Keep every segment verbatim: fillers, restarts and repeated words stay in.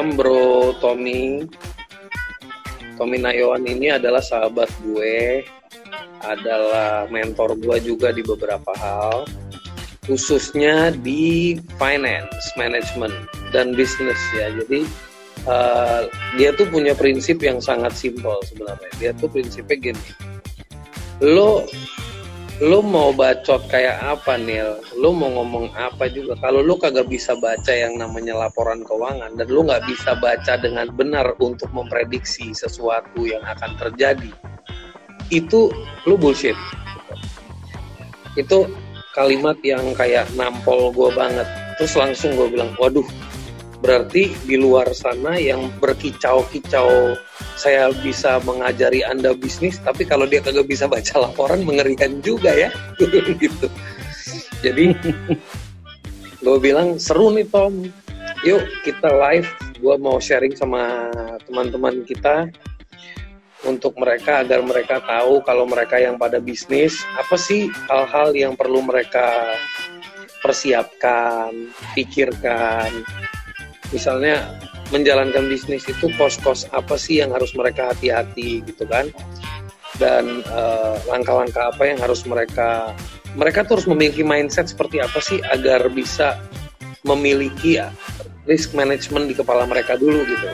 malam Bro Tommy. Tommy Nayawan ini adalah sahabat gue, adalah mentor gue juga di beberapa hal, khususnya di finance, management, dan bisnis ya. Jadi uh, dia tuh punya prinsip yang sangat simpel sebenarnya. Dia tuh prinsipnya gini, lo lo mau bacot kayak apa Nil, lo mau ngomong apa juga, kalau lo kagak bisa baca yang namanya laporan keuangan dan lo nggak bisa baca dengan benar untuk memprediksi sesuatu yang akan terjadi, itu lo bullshit. Itu kalimat yang kayak nampol gue banget. Terus langsung gue bilang, waduh, berarti di luar sana yang berkicau-kicau saya bisa mengajari Anda bisnis, tapi kalau dia kagak bisa baca laporan mengerikan juga ya. Gitu. Jadi gue bilang, seru nih Tom, yuk kita live, gue mau sharing sama teman-teman kita untuk mereka, agar mereka tahu kalau mereka yang pada bisnis, apa sih hal-hal yang perlu mereka persiapkan, pikirkan. Misalnya menjalankan bisnis itu kos-kos apa sih yang harus mereka hati-hati gitu kan, dan uh, langkah-langkah apa yang harus mereka mereka terus memiliki mindset seperti apa sih agar bisa memiliki ya, risk management di kepala mereka dulu gitu.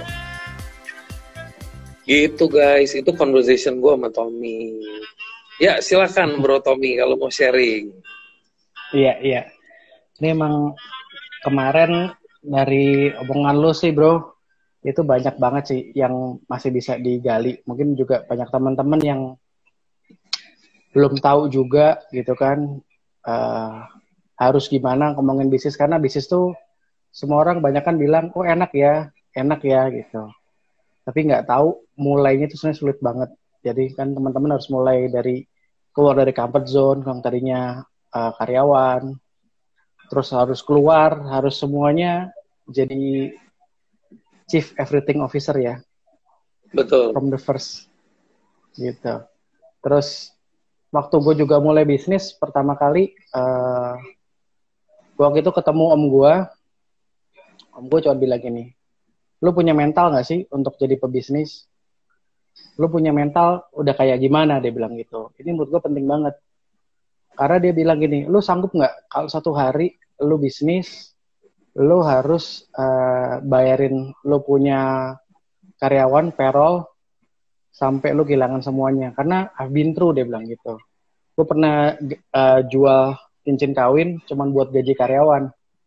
Gitu guys, itu conversation gue sama Tommy. Ya silakan Bro Tommy kalau mau sharing. Iya iya, ini emang kemarin dari omongan lu sih bro, itu banyak banget sih yang masih bisa digali. Mungkin juga banyak teman-teman yang belum tahu juga gitu kan, uh, harus gimana ngomongin bisnis. Karena bisnis tuh semua orang banyak kan bilang, oh enak ya, enak ya gitu. Tapi nggak tahu mulainya itu sebenarnya sulit banget. Jadi kan teman-teman harus mulai dari keluar dari comfort zone, yang tadinya uh, karyawan, terus harus keluar, harus semuanya jadi chief everything officer ya. Betul. From the first. Gitu. Terus waktu gue juga mulai bisnis pertama kali, uh, waktu itu ketemu om gue, om gue cuma bilang gini, lu punya mental gak sih untuk jadi pebisnis? Lu punya mental udah kayak gimana? Dia bilang gitu. Ini menurut gue penting banget. Karena dia bilang gini, lu sanggup gak kalau satu hari lu bisnis, lu harus uh, bayarin lu punya karyawan, payroll, sampai lu kehilangan semuanya. Karena I've been through, dia bilang gitu. Gue pernah uh, jual cincin kawin cuman buat gaji karyawan.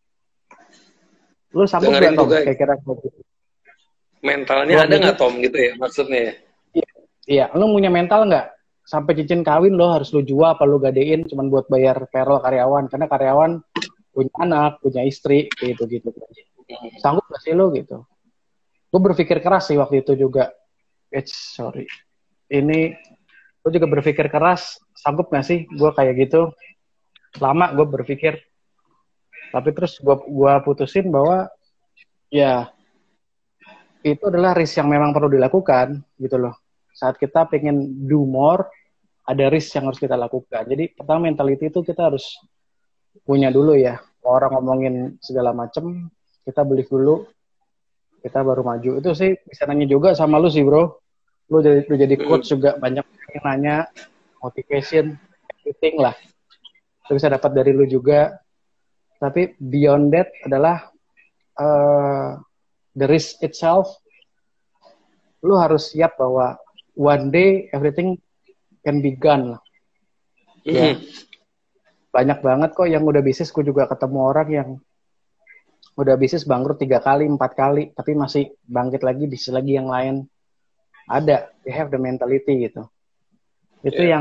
Lu sanggup gak Tom? Kira-kira gitu. Mentalnya ada nggak Tom gitu ya maksudnya? Iya, iya. Lu punya mental nggak? Sampai cincin kawin lo harus lu jual apa lu gadein cuman buat bayar payroll karyawan, karena karyawan punya anak, punya istri, gitu-gitu. Sanggup gak sih lo gitu? Gue berpikir keras sih waktu itu juga. It's, sorry. Ini, gue juga berpikir keras, sanggup gak sih gue kayak gitu? Lama gue berpikir. Tapi terus gue gua putusin bahwa, ya, itu adalah risk yang memang perlu dilakukan, gitu loh. Saat kita pengen do more, ada risk yang harus kita lakukan. Jadi, pertama mentality itu kita harus punya dulu ya. Orang ngomongin segala macem, kita beli dulu, kita baru maju. Itu sih bisa nanya juga sama lu sih bro. Lu jadi, lu jadi coach juga, banyak yang nanya, motivation, everything lah. Itu bisa dapat dari lu juga. Tapi beyond that adalah uh, the risk itself. Lu harus siap bahwa one day everything can be gone lah. Mm-hmm. Ya. Banyak banget kok yang udah bisnis, gue juga ketemu orang yang udah bisnis bangkrut tiga kali, empat kali, tapi masih bangkit lagi, bisnis lagi yang lain. Ada, they have the mentality gitu. Itu yeah. Yang,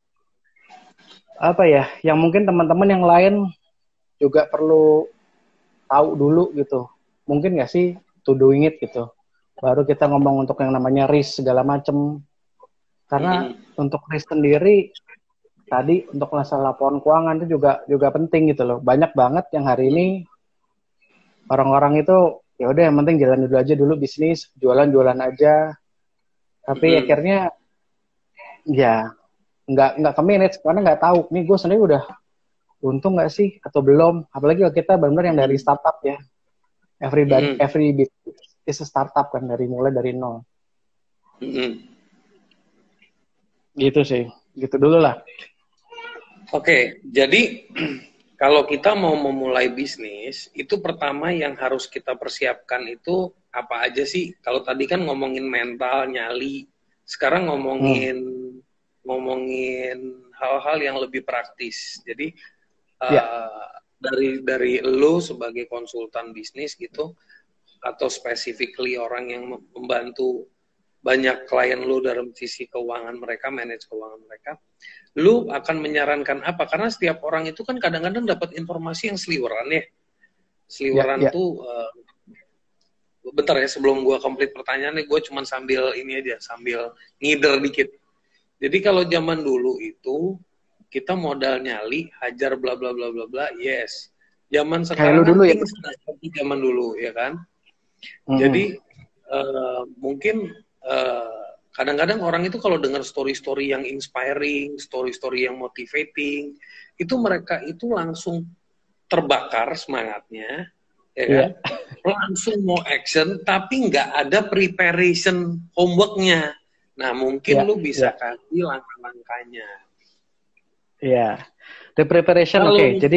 apa ya, yang mungkin teman-teman yang lain juga perlu tahu dulu gitu. Mungkin gak sih to doing it gitu. Baru kita ngomong untuk yang namanya risk segala macem. Karena mm. untuk risk sendiri, tadi untuk masalah laporan keuangan itu juga juga penting gitu loh. Banyak banget yang hari ini orang-orang itu ya udah yang penting jalan dulu aja dulu bisnis, jualan-jualan aja. Tapi hmm. akhirnya ya nggak nggak ke-manage karena nggak tahu nih gue sendiri udah untung nggak sih atau belum. Apalagi kalau kita benar-benar yang dari startup ya. Everybody, hmm. every business is a startup kan, dari mulai dari nol. Mm-hmm. Gitu sih, gitu dulu lah. Oke, jadi kalau kita mau memulai bisnis, itu pertama yang harus kita persiapkan itu apa aja sih? Kalau tadi kan ngomongin mental, nyali, sekarang ngomongin hmm. ngomongin hal-hal yang lebih praktis. Jadi yeah. uh, dari dari lo sebagai konsultan bisnis gitu, atau specifically orang yang membantu banyak klien lo dalam sisi keuangan mereka, manage keuangan mereka, lu akan menyarankan apa? Karena setiap orang itu kan kadang-kadang dapat informasi yang seliweran ya. Seliweran yeah, yeah. tuh, uh, bentar ya sebelum gue complete pertanyaannya, gue cuma sambil ini aja, sambil ngider dikit. Jadi kalau zaman dulu itu, kita modal nyali, hajar bla bla bla bla bla, yes. Zaman sekarang dulu ya, seperti zaman dulu, ya kan? Mm-hmm. Jadi, uh, mungkin... Uh, kadang-kadang orang itu kalau dengar story-story yang inspiring, story-story yang motivating, itu mereka itu langsung terbakar semangatnya, ya kan? Yeah. Langsung mau action, tapi nggak ada preparation homework-nya. Nah, mungkin yeah. lu bisa yeah. kasih langkah-langkahnya. Iya, yeah. The preparation, oke. Okay. Jadi,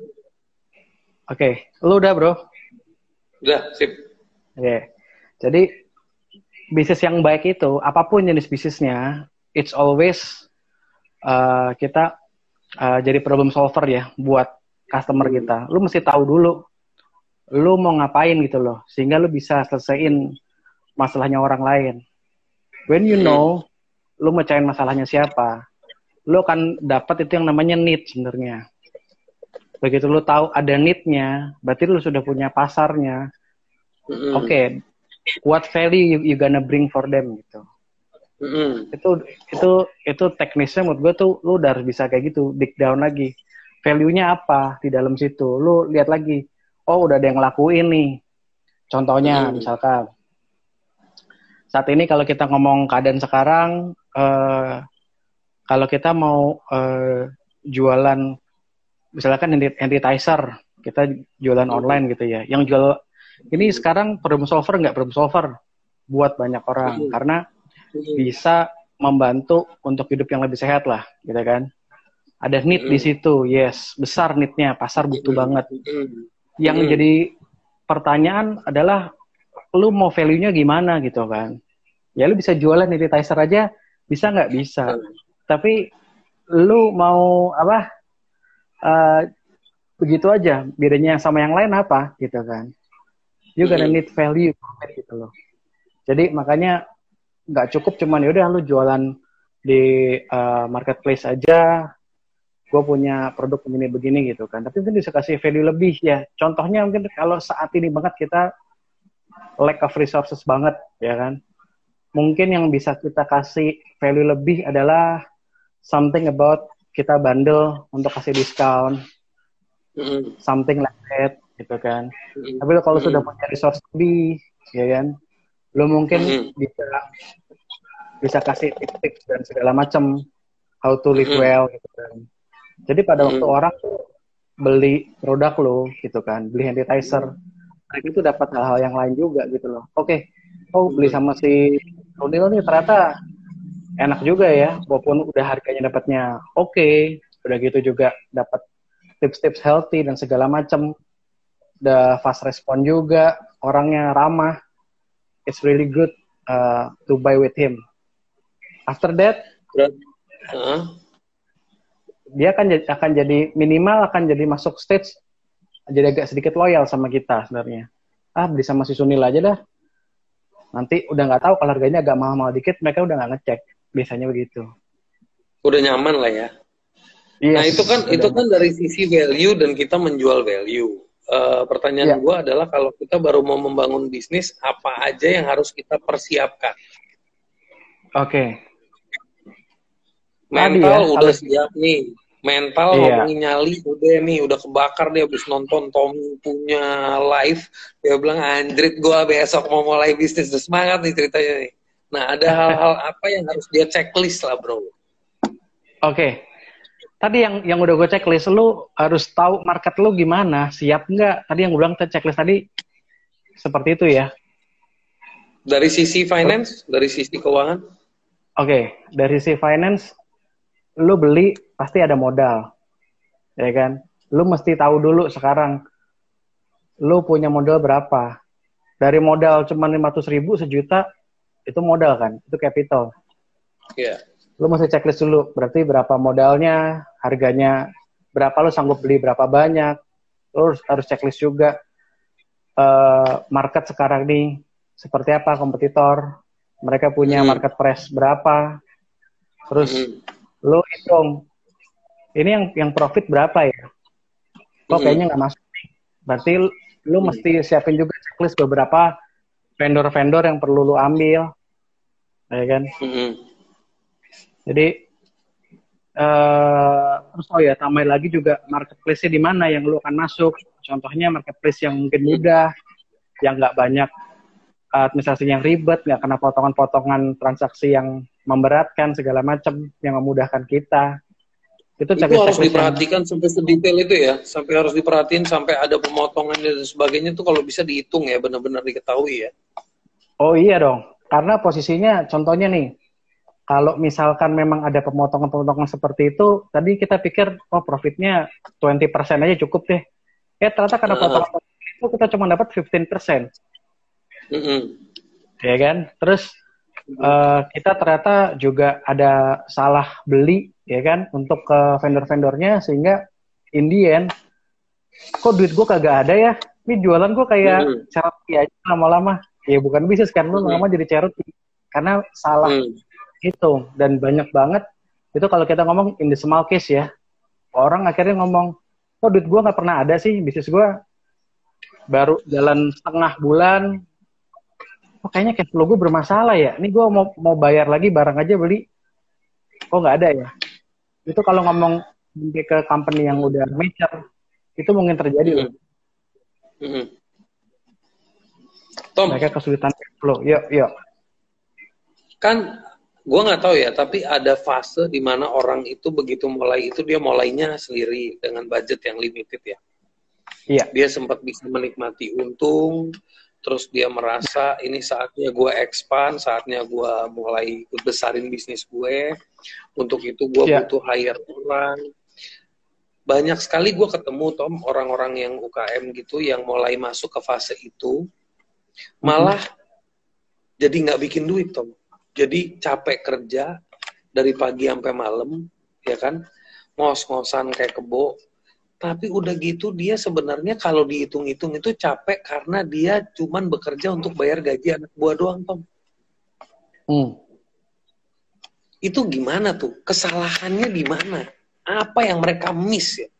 oke, okay. Lu udah bro? Udah, sip. Oke, okay. Jadi bisnis yang baik itu, apapun jenis bisnisnya, it's always uh, kita uh, jadi problem solver ya buat customer kita. Lu mesti tahu dulu, lu mau ngapain gitu loh, sehingga lu bisa selesaiin masalahnya orang lain. When you know, lu mecahin masalahnya siapa, lu akan dapat itu yang namanya need sebenarnya. Begitu lu tahu ada need-nya, berarti lu sudah punya pasarnya. Oke. Okay. What value you, you gonna bring for them gitu. Mm-hmm. Itu itu itu teknisnya menurut gue tuh lu udah harus bisa kayak gitu, dig down lagi. Value-nya apa di dalam situ? Lu lihat lagi. Oh, udah ada yang ngelakuin nih. Contohnya mm-hmm. misalkan saat ini kalau kita ngomong keadaan sekarang, uh, kalau kita mau uh, jualan misalkan sanitizer, kita jualan mm-hmm. online gitu ya. Yang jual ini sekarang problem solver nggak problem solver buat banyak orang mm. karena bisa membantu untuk hidup yang lebih sehat lah, gitu kan? Ada need mm. di situ, yes, besar need-nya, pasar butuh mm. banget. Mm. Yang mm. jadi pertanyaan adalah, lu mau value-nya gimana gitu kan? Ya lu bisa jualan sanitizer aja, bisa nggak? Bisa. Mm. Tapi lu mau apa? Uh, begitu aja, bedanya sama yang lain apa, gitu kan? You gonna need value gitu loh. Jadi makanya nggak cukup cuman yaudah lu jualan di uh, marketplace aja, gue punya produk begini-begini gitu kan. Tapi mungkin bisa kasih value lebih ya. Contohnya mungkin kalau saat ini banget kita lack of resources banget ya kan. Mungkin yang bisa kita kasih value lebih adalah something about kita bundle untuk kasih diskon, mm-hmm. something like that. Gitu kan. Mm-hmm. Tapi lo kalau mm-hmm. sudah punya resource lebih, ya kan, lo mungkin mm-hmm. bisa bisa kasih tips-tips dan segala macam how to live mm-hmm. well gitu kan. Jadi pada mm-hmm. waktu orang tuh beli produk lo gitu kan, beli sanitizer, mereka itu dapat hal-hal yang lain juga gitu loh. Oke, okay. oh beli sama si Rudi lo nih ternyata enak juga ya, walaupun udah harganya dapatnya oke, okay. Udah gitu juga dapat tips-tips healthy dan segala macam. The fast respon juga, orangnya ramah, it's really good uh, to buy with him. After that, uh-huh. dia akan akan jadi minimal akan jadi masuk stage, jadi agak sedikit loyal sama kita sebenarnya. Ah beli sama si Sunil aja dah. Nanti udah nggak tahu kalau harganya agak mahal-mahal dikit, mereka udah nggak ngecek. Biasanya begitu. Udah nyaman lah ya. Yes, nah itu kan itu kan dari sisi value dan kita menjual value. Uh, pertanyaan yeah. gue adalah kalau kita baru mau membangun bisnis, apa aja yang harus kita persiapkan? Oke. Okay. Mental ya, udah siap nih. Mental yeah. ngomongin nyali udah nih, udah kebakar dia habis nonton Tommy punya live. Dia bilang, anjrit gue besok mau mulai bisnis. Udah semangat nih ceritanya nih. Nah ada hal-hal apa yang harus dia checklist lah bro? Oke. Okay. Tadi yang yang udah gue checklist, lu harus tahu market lu gimana, siap nggak? Tadi yang gue bilang checklist tadi seperti itu ya. Dari sisi finance, dari sisi keuangan? Oke, okay. Dari sisi finance, lu beli pasti ada modal, ya kan? Lu mesti tahu dulu sekarang, lu punya modal berapa. Dari modal cuma lima ratus ribu, sejuta, itu modal kan? Itu capital. Iya. Yeah. Lu mesti checklist dulu, berarti berapa modalnya, harganya, berapa lu sanggup beli, berapa banyak. Lu harus, harus checklist juga uh, market sekarang nih, seperti apa kompetitor, mereka punya hmm. market price berapa, terus hmm. lo hitung, ini yang yang profit berapa ya, kok kayaknya nggak masuk nih, berarti lo hmm. mesti siapin juga checklist beberapa vendor-vendor yang perlu lo ambil, ya kan, hmm. jadi uh, terus oh ya tambahin lagi juga marketplace-nya di mana yang lo akan masuk, contohnya marketplace yang mungkin mudah, yang nggak banyak administrasi yang ribet, nggak kena potongan-potongan transaksi yang memberatkan segala macam, yang memudahkan kita. Itu, itu harus diperhatikan yang... sampai sedetail itu ya, sampai harus diperhatiin sampai ada pemotongan dan sebagainya, itu kalau bisa dihitung ya, benar-benar diketahui ya. Oh iya dong, karena posisinya contohnya nih, kalau misalkan memang ada pemotongan-pemotongan seperti itu, tadi kita pikir oh profitnya dua puluh persen aja cukup deh. Ya ternyata karena uh. potongan itu kita cuma dapat lima belas persen. Mm-hmm. Ya kan, terus mm-hmm. uh, kita ternyata juga ada salah beli, ya kan, untuk ke vendor-vendornya, sehingga in the end, kok duit gue kagak ada ya, ini jualan gue kayak mm-hmm. charity aja lama-lama, ya bukan bisnis kan, lu lama-lama mm-hmm. jadi charity, karena salah mm-hmm. itu, dan banyak banget, itu kalau kita ngomong in the small case ya, orang akhirnya ngomong, kok duit gue gak pernah ada sih, bisnis gue baru jalan setengah bulan, oh, kayaknya cash flow gue bermasalah ya. Ini gue mau mau bayar lagi barang aja beli, kok nggak ada ya. Itu kalau ngomong ke company yang udah mature, itu mungkin terjadi loh. Mm-hmm. Tom, mereka kesulitan cash flow. Yuk, yuk. Kan gue nggak tahu ya, tapi ada fase di mana orang itu begitu mulai itu dia mulainya sendiri dengan budget yang limited ya. Iya. Dia sempat bisa menikmati untung. Terus dia merasa ini saatnya gue expand, saatnya gue mulai besarin bisnis gue. Untuk itu gue yeah. butuh hire orang. Banyak sekali gue ketemu, Tom, orang-orang yang U K M gitu, yang mulai masuk ke fase itu, malah mm-hmm. jadi nggak bikin duit, Tom. Jadi capek kerja, dari pagi sampai malam, ya kan, ngos-ngosan kayak kebo. Tapi udah gitu dia sebenarnya kalau dihitung-hitung itu capek karena dia cuman bekerja untuk bayar gaji anak buah doang, Tom. Hmm. Itu gimana tuh? Kesalahannya di mana? Apa yang mereka miss ya?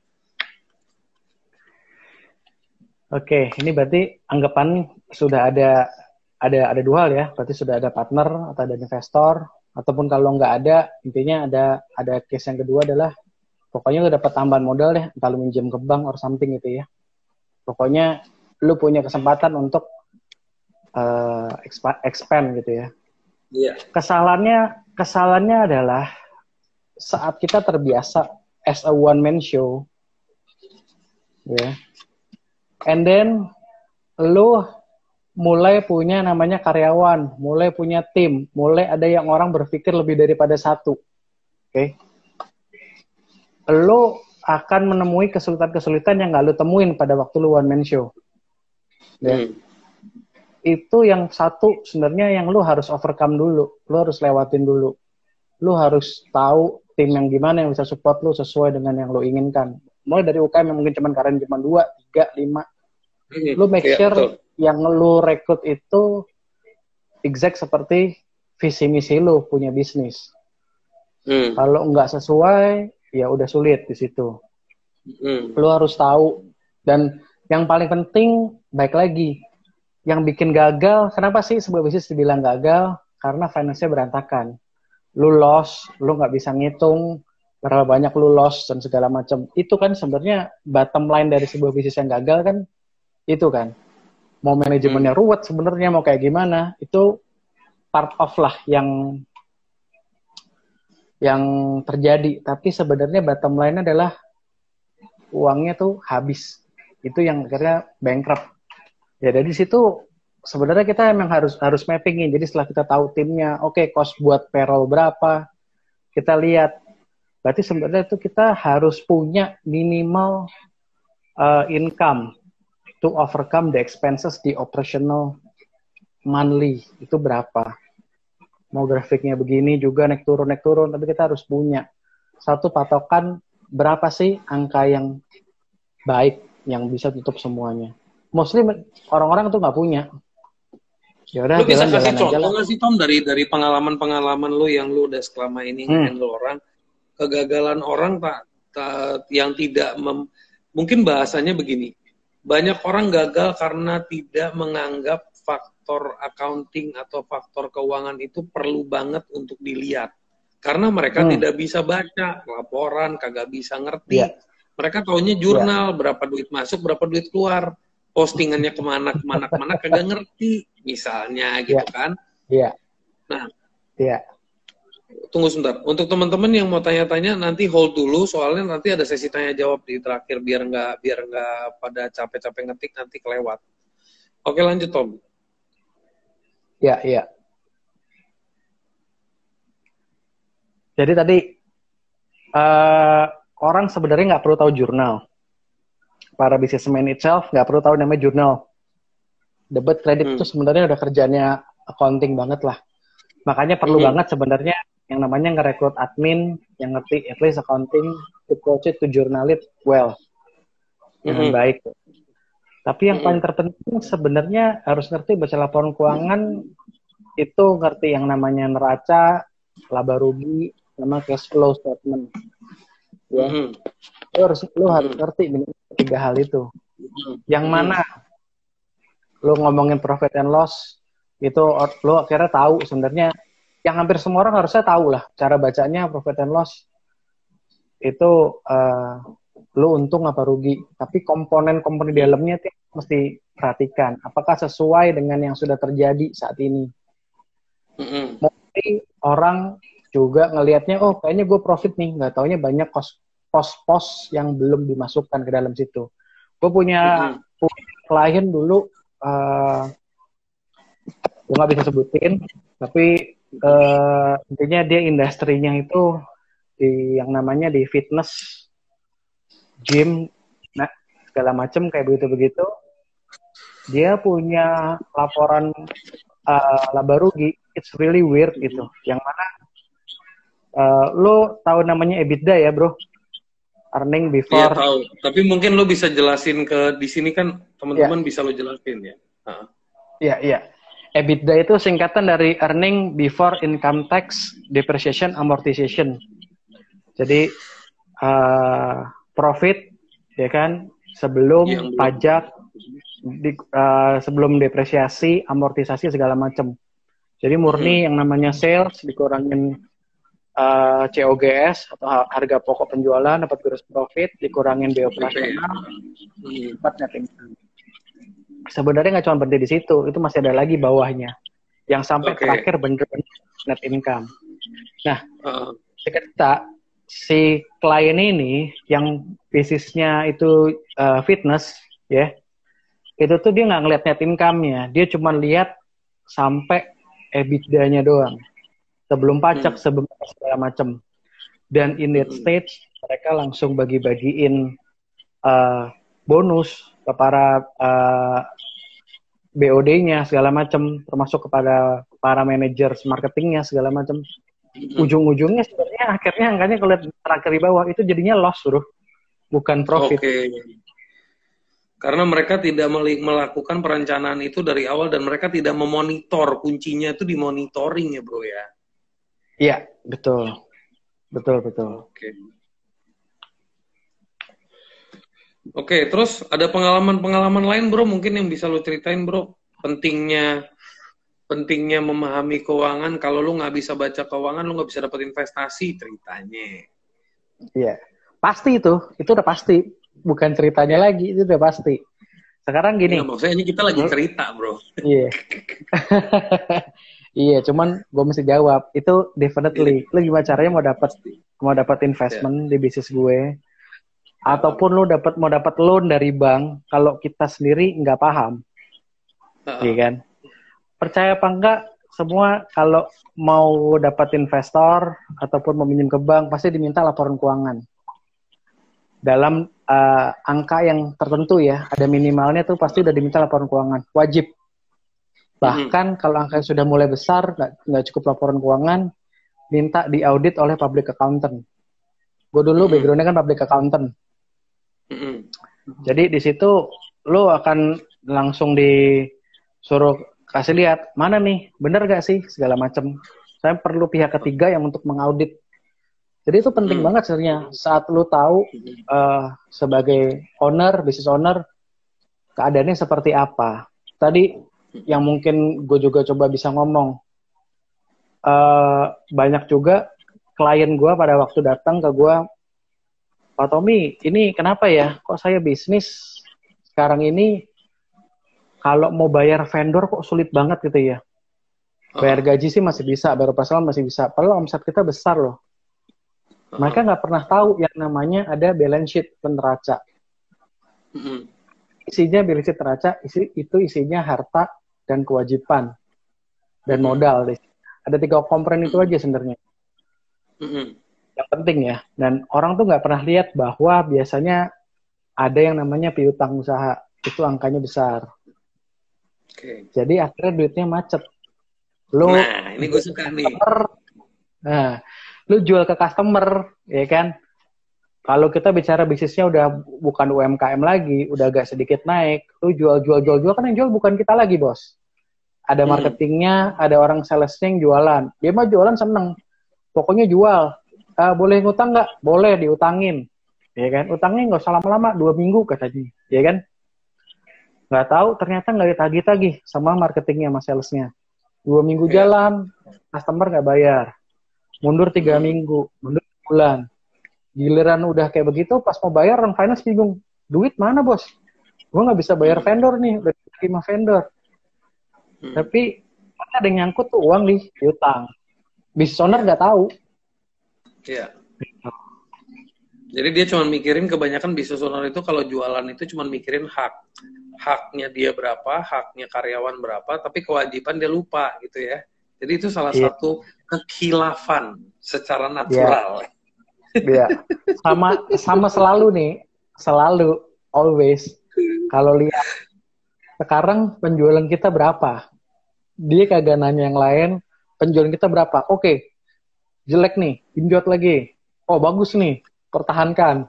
Oke, ini berarti anggapan sudah ada ada ada dua hal ya. Berarti sudah ada partner atau ada investor, ataupun kalau nggak ada, intinya ada ada case yang kedua adalah pokoknya lu dapat tambahan modal deh, entah lu minjem ke bank or something gitu ya. Pokoknya lu punya kesempatan untuk uh, expand gitu ya. Yeah. Kesalahannya, kesalahannya adalah saat kita terbiasa as a one man show, ya. Yeah. And then lu mulai punya namanya karyawan, mulai punya tim, mulai ada yang orang berpikir lebih daripada satu, oke? Okay? Lo akan menemui kesulitan-kesulitan yang gak lo temuin pada waktu lo one man show. Ya. Hmm. Itu yang satu sebenarnya yang lo harus overcome dulu. Lo harus lewatin dulu. Lo harus tahu tim yang gimana yang bisa support lo sesuai dengan yang lo inginkan. Mulai dari U K M yang mungkin cuma karyawan cuma dua, tiga, lima. Hmm. Lo make ya, sure betul. Yang lo rekrut itu exact seperti visi misi lo punya bisnis. Hmm. Kalau nggak sesuai, ya udah sulit di situ. Mm. Lu harus tahu. Dan yang paling penting, baik lagi, yang bikin gagal, kenapa sih sebuah bisnis dibilang gagal? Karena finance-nya berantakan. Lu loss, lu nggak bisa ngitung berapa banyak lu loss dan segala macam. Itu kan sebenarnya bottom line dari sebuah bisnis yang gagal kan, itu kan. Mau manajemennya mm. ruwet sebenarnya, mau kayak gimana, itu part of lah yang yang terjadi, tapi sebenarnya bottom line adalah uangnya tuh habis. Itu yang akhirnya bankrupt. Ya dari situ sebenarnya kita emang harus harus mappingin. Jadi setelah kita tahu timnya, oke okay, cost buat payroll berapa, kita lihat. Berarti sebenarnya itu kita harus punya minimal uh, income to overcome the expenses di operational monthly. Itu berapa? Mau grafiknya begini juga naik turun naik turun, tapi kita harus punya satu patokan berapa sih angka yang baik yang bisa tutup semuanya. Mostly orang-orang tuh nggak punya. Ya udah, lu bisa jalan, kasih jalan contoh aja nggak sih Tom dari dari pengalaman-pengalaman lu yang lu udah selama ini Hmm. handle orang, kegagalan orang tak, tak yang tidak mem, mungkin bahasanya begini, banyak orang gagal karena tidak menganggap faktor accounting atau faktor keuangan itu perlu banget untuk dilihat. Karena mereka Hmm. tidak bisa baca laporan, kagak bisa ngerti. Yeah. Mereka taunya jurnal, yeah. berapa duit masuk, berapa duit keluar. Postingannya kemana, kemana, kemana, kagak ngerti. Misalnya gitu yeah. kan. Iya. Yeah. Nah, iya. Yeah. Tunggu sebentar. Untuk teman-teman yang mau tanya-tanya, nanti hold dulu. Soalnya nanti ada sesi tanya-jawab di terakhir. Biar nggak biar nggak pada capek-capek ngetik, nanti kelewat. Oke, lanjut Tom. Ya, iya. Jadi tadi uh, orang sebenarnya nggak perlu tahu jurnal. Para businessman itself nggak perlu tahu namanya jurnal. Debit kredit itu hmm. sebenarnya udah kerjanya accounting banget lah. Makanya perlu hmm. banget sebenarnya yang namanya ngerekrut admin yang ngerti at least accounting to coach it to journal it well dengan hmm. baik. Tapi yang hmm. paling terpenting sebenarnya harus ngerti baca laporan keuangan, itu ngerti yang namanya neraca, laba rugi, sama cash flow statement. Ya, hmm. lu harus lu harus ngerti tiga hal itu. Hmm. Yang mana lu ngomongin profit and loss itu lu akhirnya tahu sebenarnya, yang hampir semua orang harusnya tahu lah cara bacanya profit and loss itu uh, lu untung apa rugi, tapi komponen-komponen di dalamnya tuh mesti perhatikan apakah sesuai dengan yang sudah terjadi saat ini. Mm-hmm. Mungkin orang juga ngelihatnya, oh kayaknya gue profit nih, nggak taunya banyak kos pos-pos yang belum dimasukkan ke dalam situ. Gue punya, mm-hmm. punya klien dulu, uh, gue nggak bisa sebutin, tapi uh, intinya dia industrinya itu di yang namanya di fitness, gym, nah segala macam kayak begitu-begitu. Dia punya laporan uh, laba rugi, it's really weird gitu. Yang mana uh, lo tahu namanya EBITDA ya bro, earning before. Iya tahu. Tapi mungkin lo bisa jelasin ke di sini kan teman-teman yeah. bisa lo jelasin ya. Uh. Iya iya. EBITDA itu singkatan dari earning before income tax, depreciation, amortization. Jadi uh, profit ya kan sebelum ya, pajak, di, uh, sebelum depresiasi, amortisasi segala macam. Jadi murni hmm. yang namanya sales dikurangin uh, C O G S atau harga pokok penjualan dapat gross profit, dikurangin biaya operasional, dapat net income. Sebenarnya nggak cuma berhenti di situ, itu masih ada lagi bawahnya yang sampai okay. terakhir bener-bener net income. Nah, uh. kita si klien ini yang bisnisnya itu uh, fitness ya, itu tuh dia nggak ngeliat net income-nya, dia cuma lihat sampai EBITDA-nya doang sebelum pajak, hmm. sebelum segala macam. Dan in that stage mereka langsung bagi-bagiin uh, bonus ke para uh, B O D-nya segala macam, termasuk kepada para manajer marketingnya segala macam. Ujung-ujungnya sebenarnya akhirnya angkanya kalau terakhir di bawah itu jadinya loss, bro, bukan profit. Oke. Okay. Karena mereka tidak melakukan perencanaan itu dari awal dan mereka tidak memonitor, kuncinya itu di monitoring ya, bro ya. Iya, betul, betul, betul. Oke. Okay. Oke, okay, terus ada pengalaman-pengalaman lain, bro, mungkin yang bisa lo ceritain, bro, pentingnya pentingnya memahami keuangan. Kalau lu nggak bisa baca keuangan, lu nggak bisa dapat investasi, ceritanya. Iya, pasti itu, itu udah pasti. Bukan ceritanya lagi, itu udah pasti. Sekarang gini. Ya, maksudnya ini kita lagi cerita, bro. Iya. Iya, cuman gue mesti jawab. Itu definitely. Lu gimana caranya mau dapat mau dapat investment yeah. di bisnis gue? Ataupun lu dapat mau dapat loan dari bank, kalau kita sendiri nggak paham, uh-uh. iya kan? percaya apa enggak, semua kalau mau dapat investor ataupun meminjam ke bank pasti diminta laporan keuangan dalam uh, angka yang tertentu ya, ada minimalnya tuh pasti udah diminta laporan keuangan, wajib. Bahkan mm-hmm. kalau angka sudah mulai besar, nggak nggak cukup laporan keuangan, minta diaudit oleh public accountant. Gue dulu mm-hmm. background-nya kan public accountant. Mm-hmm. Jadi di situ lo akan langsung disuruh kasih lihat mana nih, bener gak sih segala macam. Saya perlu pihak ketiga yang untuk mengaudit. Jadi itu penting hmm. banget sebenarnya saat lu tahu uh, sebagai owner, business owner, keadaannya seperti apa. Tadi yang mungkin gue juga coba bisa ngomong, uh, banyak juga klien gue pada waktu datang ke gue, Pak Tommy, ini kenapa ya? Kok saya bisnis sekarang ini kalau mau bayar vendor kok sulit banget gitu ya? Bayar gaji sih masih bisa, bayar operasional masih bisa. Padahal omset kita besar loh. Mereka nggak pernah tahu yang namanya ada balance sheet neraca. Mm-hmm. Isinya balance sheet neraca, isi, itu isinya harta dan kewajiban dan mm-hmm. modal. Deh. Ada tiga komponen itu aja sebenarnya. Mm-hmm. Yang penting ya. Dan orang tuh nggak pernah lihat bahwa biasanya ada yang namanya piutang usaha. Itu angkanya besar. Okay. Jadi akhirnya duitnya macet. Lu, nah, ini gue suka nih. Nah, lu jual ke customer, ya kan? Kalau kita bicara bisnisnya udah bukan U M K M lagi, udah agak sedikit naik, lu jual, jual, jual, jual, kan yang jual bukan kita lagi, bos. Ada marketingnya, hmm. ada orang salesnya yang jualan. Dia mah jualan seneng. Pokoknya jual. Uh, boleh ngutang nggak? Boleh, diutangin. Ya kan? Utangnya nggak usah lama-lama, dua minggu katanya. Ya kan? Nggak tahu, ternyata nggak ditagih-tagih sama marketingnya, sama salesnya. Dua minggu yeah. jalan, customer nggak bayar. Mundur tiga hmm. minggu, mundur bulan. Giliran udah kayak begitu, pas mau bayar, orang finance bingung. Duit mana, bos? Gue nggak bisa bayar hmm. vendor nih, udah terima vendor. Hmm. Tapi ada yang nyangkut tuh uang di utang. Business owner nggak tahu. Iya. Yeah. Jadi dia cuma mikirin, kebanyakan business owner itu kalau jualan itu cuma mikirin hak. Haknya dia berapa, haknya karyawan berapa, tapi kewajiban dia lupa gitu ya. Jadi itu salah yeah. satu kekhilafan secara natural. Iya. Yeah. Sama sama selalu nih, selalu always kalau lihat sekarang penjualan kita berapa, dia kagak nanya yang lain, penjualan kita berapa. Oke, okay. jelek nih, genjot lagi. Oh bagus nih, pertahankan.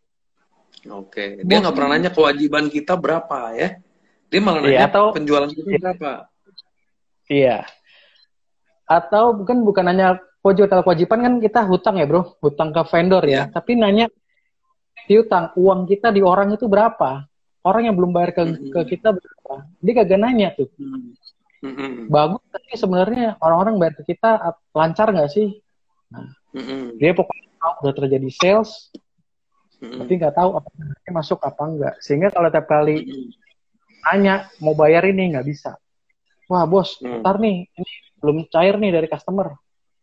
Oke, okay. Dia nggak pernah nanya kewajiban kita berapa ya. Dia malah nanya iya, atau, penjualan kita iya. berapa. Iya. Atau bukan bukan nanya kewajiban, kewajiban kan kita hutang ya bro, hutang ke vendor ya. Yeah. Tapi nanya piutang, uang kita di orang itu berapa? Orang yang belum bayar ke, mm-hmm. ke kita berapa? Dia kagak nanya tuh. Mm-hmm. Bagus, tapi sebenarnya orang-orang bayar ke kita lancar nggak sih? Nah, mm-hmm. Dia pokoknya udah terjadi sales, mm-hmm. tapi nggak tahu apa masuk apa enggak. Sehingga kalau tiap kali mm-hmm. nanya mau bayar ini nggak bisa. Wah bos, mm. ntar nih ini belum cair nih dari customer.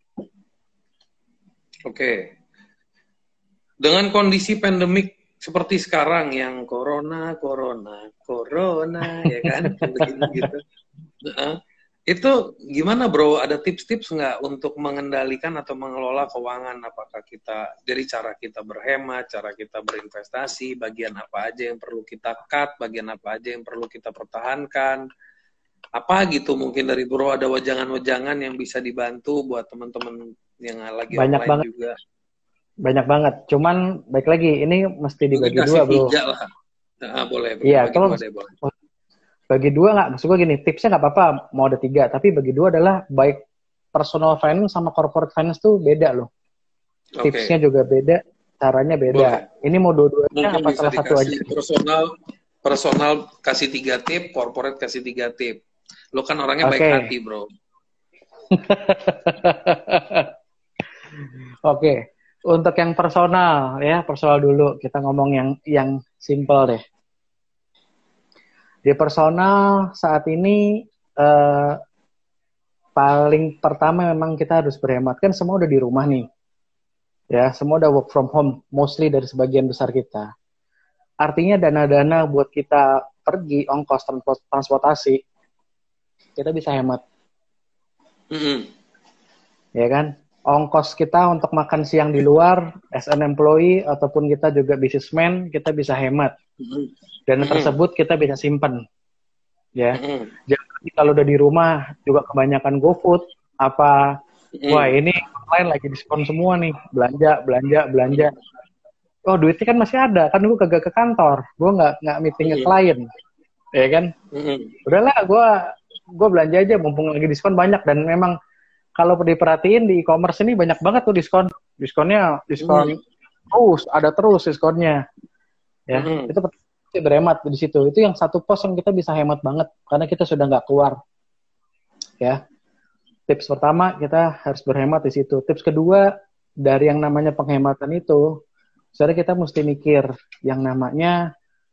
Oke. Okay. Dengan kondisi pandemik seperti sekarang yang corona, corona, corona, ya kan, begini gitu. Uh, itu gimana bro? Ada tips-tips nggak untuk mengendalikan atau mengelola keuangan? Apakah kita dari cara kita berhemat, cara kita berinvestasi, bagian apa aja yang perlu kita cut, bagian apa aja yang perlu kita pertahankan? Apa gitu mungkin dari bro ada wajangan-wajangan yang bisa dibantu buat teman-teman yang lagi banyak online banget. juga. Banyak banget. Cuman baik lagi ini mesti dibagi dua bro. Lah. Nah, boleh. Iya kalau deh, boleh. Bagi dua nggak, maksud gue gini, tipsnya nggak apa-apa mau ada tiga, tapi bagi dua adalah baik personal finance sama corporate finance tuh beda loh. Okay. Tipsnya juga beda, caranya beda. Boleh. Ini mau dua-duanya apa salah satu aja? Personal, personal kasih tiga tip, corporate kasih tiga tip. Lo kan orangnya okay. baik hati bro. Oke, okay. Untuk yang personal ya, personal dulu kita ngomong yang yang simple deh. Di personal saat ini eh, paling pertama memang kita harus berhemat, kan semua udah di rumah nih. Ya, semua udah work from home mostly dari sebagian besar kita. Artinya dana-dana buat kita pergi ongkos transportasi kita bisa hemat. Mm-hmm. Ya kan? Ongkos kita untuk makan siang di luar, as an employee, ataupun kita juga businessman, kita bisa hemat. Mm-hmm. Dan Mm-hmm. tersebut kita bisa simpen. Ya. Mm-hmm. Jadi kalau udah di rumah, juga kebanyakan GoFood, apa, mm-hmm. wah ini online lagi diskon semua nih, belanja, belanja, belanja. Oh duitnya kan masih ada, kan gue kagak ke kantor, gue nggak nggak meeting mm-hmm. klien, ya kan? Mm-hmm. Udahlah, gue gue belanja aja, mumpung lagi diskon banyak. Dan memang kalau diperhatiin di e-commerce ini banyak banget tuh diskon, diskonnya diskon mm-hmm. terus, ada terus diskonnya, ya. Mm-hmm. Itu pasti berhemat di situ. Itu yang satu pos yang kita bisa hemat banget karena kita sudah nggak keluar, ya. Tips pertama kita harus berhemat di situ. Tips kedua dari yang namanya penghematan itu, sebenarnya kita mesti mikir yang namanya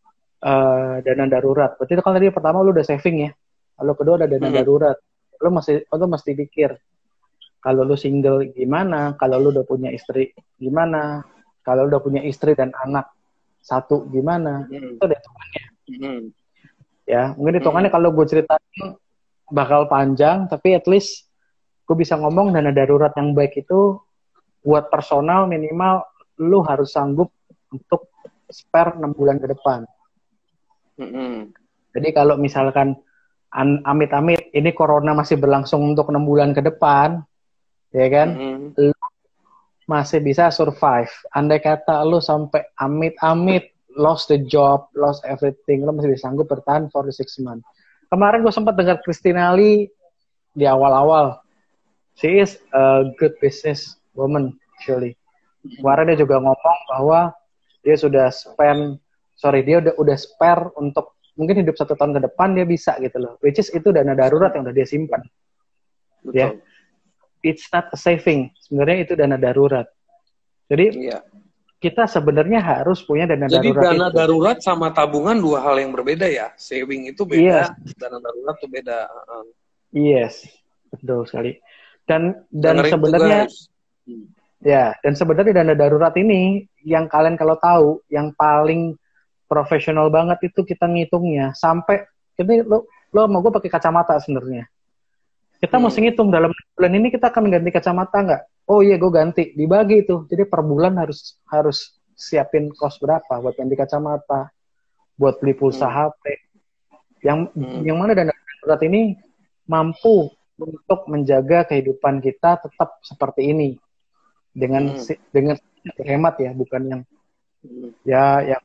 uh, dana darurat. Berarti itu kan tadi pertama lu udah saving ya. Lalu kedua ada dana hmm. darurat. Lu mesti lu mesti pikir kalau lu single gimana, kalau lu udah punya istri gimana, kalau lu udah punya istri dan anak satu gimana. Hmm. Itu ada hitungannya. Hmm. Ya, mungkin hitungannya hmm. kalau gue ceritain bakal panjang, tapi at least gue bisa ngomong dana darurat yang baik itu buat personal minimal lu harus sanggup untuk spare enam bulan ke depan. Mm-hmm. Jadi kalau misalkan an- amit-amit ini corona masih berlangsung untuk enam bulan ke depan, ya kan, mm-hmm. lu masih bisa survive. Andai kata lu sampai amit-amit lost the job, lost everything, lu masih bisa sanggup bertahan for the six months. Kemarin gue sempat dengar Christina Lee di awal-awal. She is a good business woman, actually. Kemarin dia juga ngomong bahwa dia sudah spend, sorry, dia udah udah spare untuk mungkin hidup satu tahun ke depan dia bisa gitu loh. Which is itu dana darurat yang udah dia simpan. Ya, yeah. It's not a saving. Sebenarnya itu dana darurat. Jadi yeah. kita sebenarnya harus punya dana Jadi darurat. Jadi dana itu. darurat sama tabungan dua hal yang berbeda ya. Saving itu beda, yes. Dana darurat itu beda. Uh. Yes, betul sekali. Dan dan sebenarnya hmm. ya, dan sebenarnya dana darurat ini yang kalian kalau tahu yang paling profesional banget itu kita ngitungnya sampai ini lo lo mau gue pakai kacamata sebenarnya. Kita hmm. mesti ngitung dalam bulan ini kita akan ganti kacamata nggak? Oh iya gue ganti, dibagi itu. Jadi per bulan harus harus siapin kos berapa buat ganti kacamata, buat beli pulsa hmm. H P. Yang hmm. yang mana dana darurat ini mampu untuk menjaga kehidupan kita tetap seperti ini dengan hmm. dengan berhemat ya, bukan yang hmm. ya yang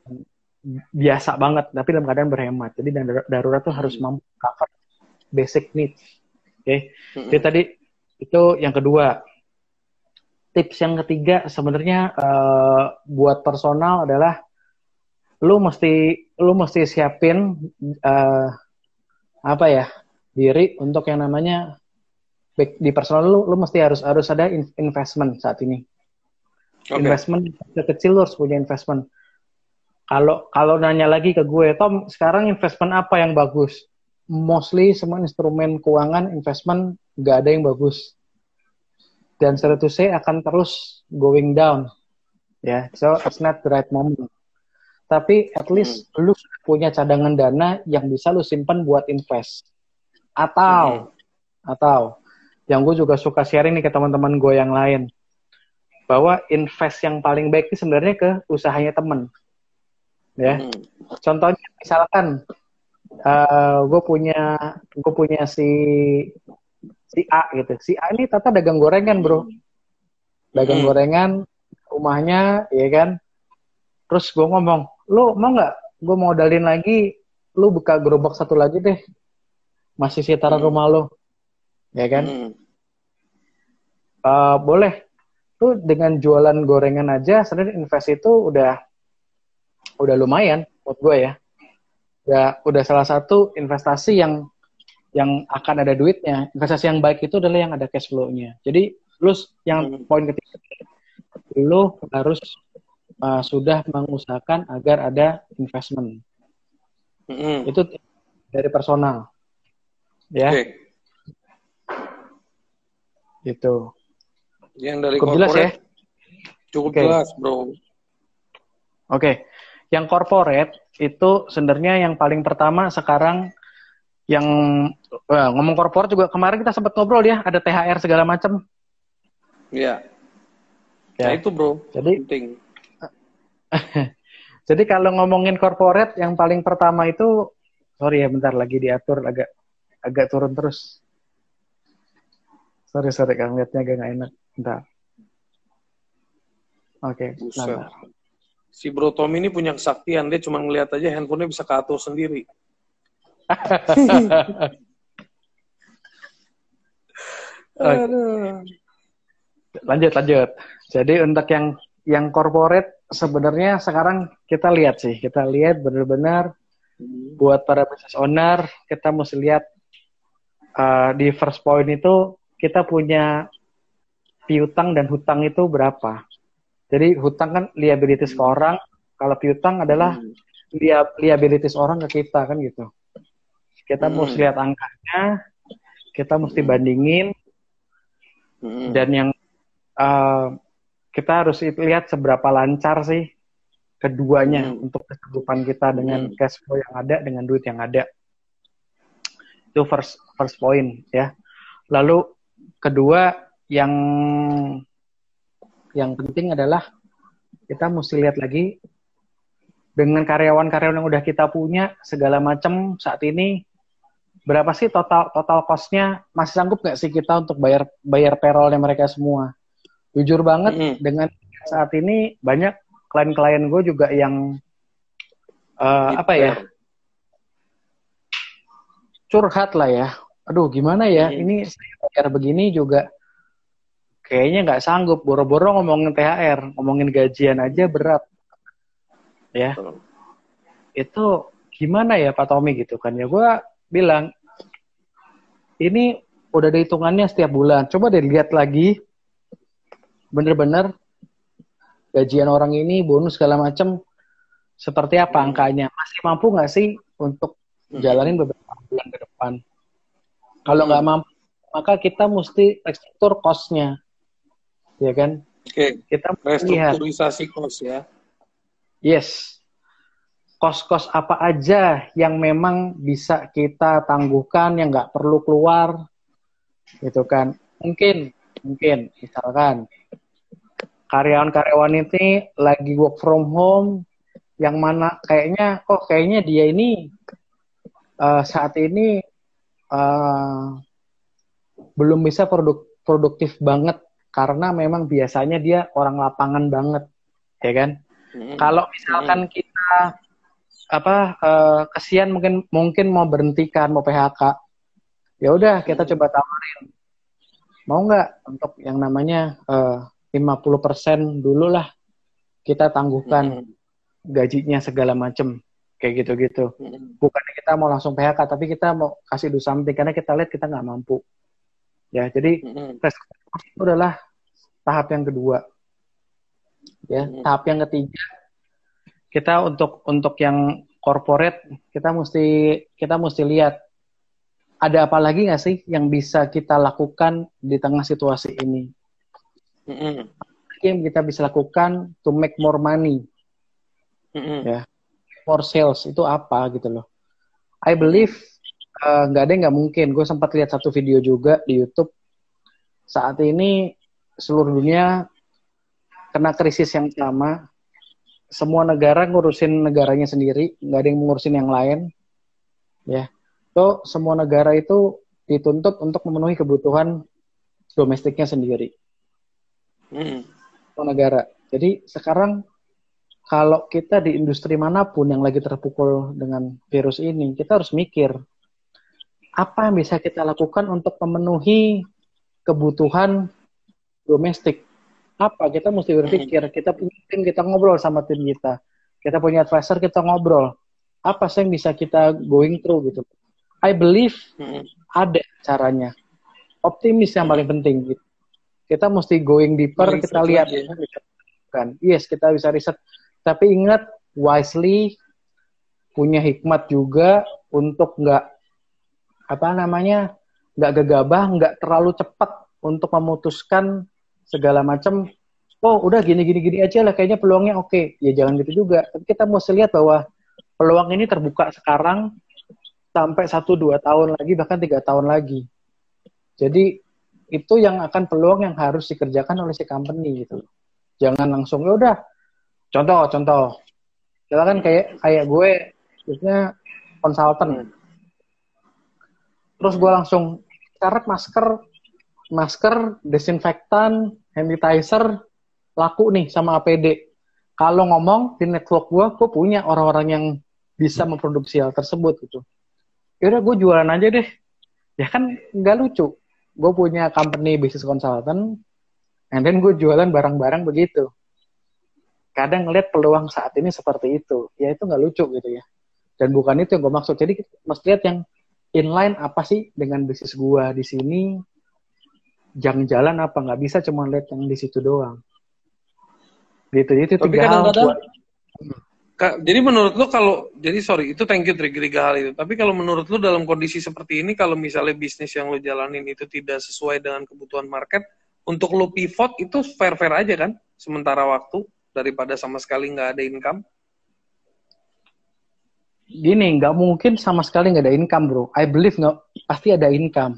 biasa banget, tapi dalam keadaan berhemat. Jadi dan darurat tuh hmm. harus mampu cover basic needs. Oke, okay? hmm. Jadi tadi itu yang kedua. Tips yang ketiga sebenarnya uh, buat personal adalah lu mesti lu mesti siapin uh, apa ya diri untuk yang namanya di personal lu, lu mesti harus harus ada investment saat ini. Okay. Investment kecil lu harus punya investment. Kalau kalau nanya lagi ke gue, Tom, sekarang investment apa yang bagus? Mostly semua instrumen keuangan investment nggak ada yang bagus. Dan sorry to say akan terus going down. Ya, yeah. So it's not the right moment. Tapi at least hmm. lu punya cadangan dana yang bisa lu simpan buat invest. Atau hmm. atau yang gue juga suka sharing nih ke teman-teman gue yang lain, bahwa invest yang paling baik itu sebenarnya ke usahanya temen, ya. Hmm. Contohnya misalkan uh, gue punya gue punya si si A gitu, si A ini tata dagang gorengan bro, dagang hmm. gorengan rumahnya, ya kan. Terus gue ngomong, lu mau nggak? Gue modalin lagi, lu buka gerobak satu lagi deh, masih sekitaran hmm. rumah lo. Ya kan, hmm. uh, boleh tuh dengan jualan gorengan aja, sebenarnya invest itu udah udah lumayan buat gue ya, udah udah salah satu investasi yang yang akan ada duitnya. Investasi yang baik itu adalah yang ada cash flow-nya. Jadi lu yang hmm. poin ketiga, lu harus uh, sudah mengusahakan agar ada investment. Hmm. Itu dari personal, ya. Okay. Gitu. Yang dari cukup corporate jelas ya? Cukup okay. jelas, bro. Oke. Okay. Yang corporate itu sebenarnya yang paling pertama sekarang Yang uh, ngomong korporat juga kemarin kita sempat ngobrol ya, ada T H R segala macam. Iya. Ya. Nah itu bro, jadi penting. Jadi kalau ngomongin korporat yang paling pertama itu, sorry ya bentar lagi diatur agak agak turun terus. Sorry sorry kan lihatnya agak nggak enak. Bentar. Oke. Okay, nah, si Bro Tom ini punya kesaktian, dia cuma ngeliat aja handphonenya bisa keatur sendiri. Okay. Lanjut lanjut. Jadi untuk yang yang corporate sebenarnya sekarang kita lihat sih, kita lihat benar-benar hmm. buat para business owner kita mesti lihat uh, di first point itu kita punya piutang dan hutang itu berapa. Jadi hutang kan liabilities ke orang, kalau piutang adalah hmm. liabilities orang ke kita kan gitu. Kita hmm. mesti lihat angkanya, kita mesti bandingin, hmm. dan yang uh, kita harus lihat seberapa lancar sih keduanya hmm. untuk kehidupan kita dengan hmm. cash flow yang ada, dengan duit yang ada. Itu first first point ya. Lalu kedua yang yang penting adalah kita mesti lihat lagi dengan karyawan-karyawan yang udah kita punya segala macam saat ini berapa sih total total cost-nya, masih sanggup nggak sih kita untuk bayar bayar payroll-nya mereka semua. Jujur banget mm-hmm. dengan saat ini banyak klien-klien gue juga yang uh, apa ya curhat lah ya. Aduh gimana ya mm-hmm. ini saya bayar begini juga kayaknya nggak sanggup. Boro-boro ngomongin T H R, ngomongin gajian aja berat ya. Mm-hmm. Itu gimana ya Pak Tommy gitu kan ya. Gue bilang ini udah ada hitungannya setiap bulan. Coba deh lihat lagi bener-bener gajian orang ini, bonus segala macam seperti apa angkanya, masih mampu nggak sih untuk jalanin beberapa bulan ke depan. Kalau nggak mampu, maka kita mesti restruktur cost-nya, ya kan? Oke. Okay. Kita restrukturisasi cost ya. Yes. Cost-cost apa aja yang memang bisa kita tangguhkan, yang nggak perlu keluar, gitu kan? Mungkin, mungkin, misalkan karyawan-karyawan ini lagi work from home, yang mana kayaknya, kok kayaknya dia ini uh, saat ini uh, belum bisa produk, produktif banget, karena memang biasanya dia orang lapangan banget, ya kan? Hmm. Kalau misalkan kita apa uh, kesian mungkin mungkin mau berhentikan, mau P H K, ya udah kita hmm. coba tawarin, mau nggak untuk yang namanya uh, lima puluh persen dulu lah kita tangguhkan hmm. gajinya segala macem kayak gitu-gitu. Hmm. Bukan kita mau langsung P H K, tapi kita mau kasih do something karena kita lihat kita nggak mampu. Ya, jadi hmm. itu adalah tahap yang kedua. Ya, hmm. tahap yang ketiga kita untuk untuk yang corporate kita mesti kita mesti lihat ada apa lagi nggak sih yang bisa kita lakukan di tengah situasi ini. Mm-hmm. Yang kita bisa lakukan to make more money, mm-hmm. ya, more sales itu apa gitu loh. I believe nggak uh, ada nggak mungkin. Gue sempat lihat satu video juga di YouTube. Saat ini seluruh dunia kena krisis yang sama. Semua negara ngurusin negaranya sendiri, nggak ada yang ngurusin yang lain. Ya, so semua negara itu dituntut untuk memenuhi kebutuhan domestiknya sendiri. Hmm. Negara. Jadi sekarang kalau kita di industri manapun yang lagi terpukul dengan virus ini, kita harus mikir apa yang bisa kita lakukan untuk memenuhi kebutuhan domestik. Apa? Kita mesti berpikir. Kita punya tim, kita ngobrol sama tim kita. Kita punya advisor, kita ngobrol. Apa sih yang bisa kita going through gitu? I believe hmm. ada caranya. Optimis yang paling penting gitu. Kita mesti going deeper, bisa kita lihat ya. Kan. Yes, kita bisa riset. Tapi ingat, wisely, punya hikmat juga untuk nggak, apa namanya, nggak gegabah, nggak terlalu cepat untuk memutuskan segala macam. Oh, udah gini-gini-gini aja lah, kayaknya peluangnya oke. Ya jangan gitu juga. Tapi kita mesti lihat bahwa peluang ini terbuka sekarang, sampai satu dua tahun lagi bahkan tiga tahun lagi. Jadi itu yang akan peluang yang harus dikerjakan oleh si company gitu. Jangan langsung ya udah. Contoh contoh. Kita kan kayak kayak gue maksudnya konsultan. Terus gue langsung cari masker, masker, desinfektan, sanitizer laku nih sama A P D. Kalau ngomong di network gue, gue punya orang-orang yang bisa memproduksi hal tersebut gitu. Yaudah gue jualan aja deh. Ya kan nggak lucu. Gue punya company business consultant, and then gue jualan barang-barang begitu. Kadang ngeliat peluang saat ini seperti itu. Ya itu nggak lucu gitu ya. Dan bukan itu yang gue maksud. Jadi kita mesti lihat yang inline apa sih dengan bisnis gue di sini. Jangan jalan apa. Nggak bisa cuma lihat yang di situ doang. Gitu. Itu Tapi tiga hal. kadang-kadang, Kak, jadi menurut lo kalau, jadi sorry, itu thank you trigger tiga hal itu. Tapi kalau menurut lo dalam kondisi seperti ini, kalau misalnya bisnis yang lo jalanin itu tidak sesuai dengan kebutuhan market, untuk lo pivot itu fair-fair aja kan? Sementara waktu, daripada sama sekali nggak ada income. Gini, nggak mungkin sama sekali nggak ada income, bro. I believe nggak pasti ada income.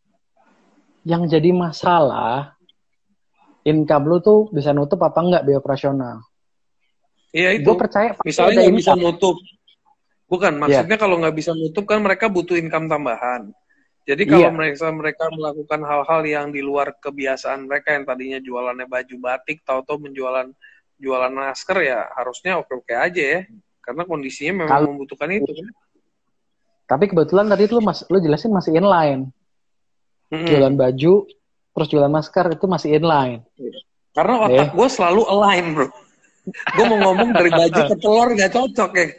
Yang jadi masalah, income lo tuh bisa nutup apa nggak biaya operasional. Iya itu. Gue percaya misalnya nggak bisa nutup. Bukan, maksudnya yeah. Kalau nggak bisa nutup kan mereka butuh income tambahan. Jadi kalau yeah. mereka mereka melakukan hal-hal yang di luar kebiasaan mereka yang tadinya jualannya baju batik, tahu-tahu menjualan jualan masker ya harusnya oke-oke aja ya. Karena kondisinya memang kalo, membutuhkan itu kan. Tapi kebetulan tadi lu mas, lu jelasin masih inline. Mm-hmm. Jualan baju, terus jualan masker itu masih inline. Karena otak eh. gue selalu align, bro. Gue mau ngomong dari baju ke telur gak cocok ya.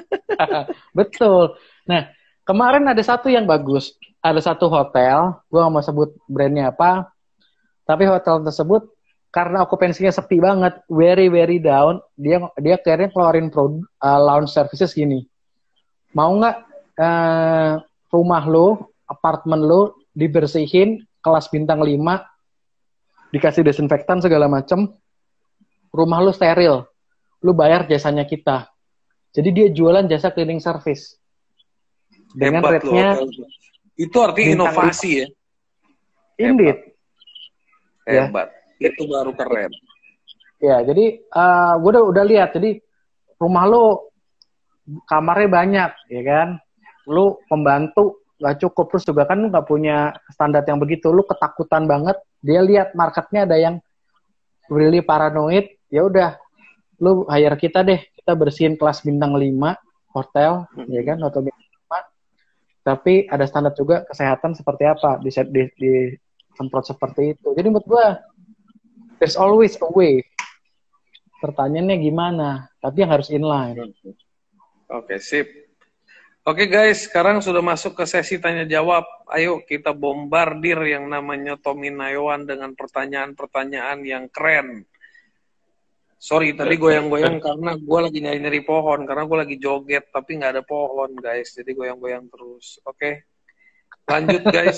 Betul. Nah, kemarin ada satu yang bagus. Ada satu hotel, gue gak mau sebut brandnya apa, tapi hotel tersebut karena okupansinya sepi banget, very very down, dia dia akhirnya keluarin produk uh, lounge services gini. Mau nggak uh, rumah lo, apartemen lo dibersihin, kelas bintang lima, dikasih desinfektan segala macem, rumah lo steril, lo bayar jasanya kita. Jadi dia jualan jasa cleaning service dengan rate-nya. Itu artinya inovasi lima. Ya. Indeed. Hebat. Ya. Itu baru keren. Ya, jadi uh, gue udah udah lihat. Jadi rumah lo kamarnya banyak, ya kan? Lo pembantu nggak cukup, terus juga kan lo nggak punya standar yang begitu. Lo ketakutan banget. Dia lihat marketnya ada yang really paranoid. Ya udah, lo hire kita deh. Kita bersihin kelas bintang lima hotel, hmm. ya kan? Hotel bintang lima. Tapi ada standar juga kesehatan seperti apa di di, di semprot seperti itu. Jadi menurut gue there's always a way. Pertanyaannya gimana? Tapi yang harus inline. Oke, okay, sip. Oke okay, guys, sekarang sudah masuk ke sesi tanya jawab. Ayo kita bombardir yang namanya Tommy Nayawan dengan pertanyaan-pertanyaan yang keren. Sorry, tadi goyang-goyang karena gue lagi nyari-nyari pohon. Karena gue lagi joget, tapi nggak ada pohon guys. Jadi goyang-goyang terus. Oke, okay. Lanjut guys.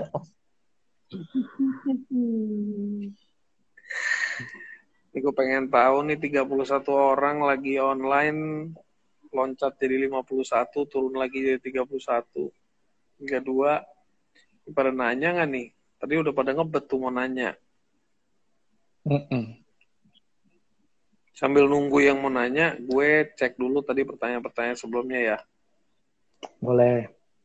Ini gue pengen tahu nih tiga puluh satu orang lagi online loncat jadi lima puluh satu, turun lagi jadi tiga puluh satu, tiga puluh dua. Ini pada nanya nggak nih? Tadi udah pada ngebet tuh mau nanya. Mm-mm. Sambil nunggu yang mau nanya, gue cek dulu tadi pertanyaan-pertanyaan sebelumnya ya. Boleh.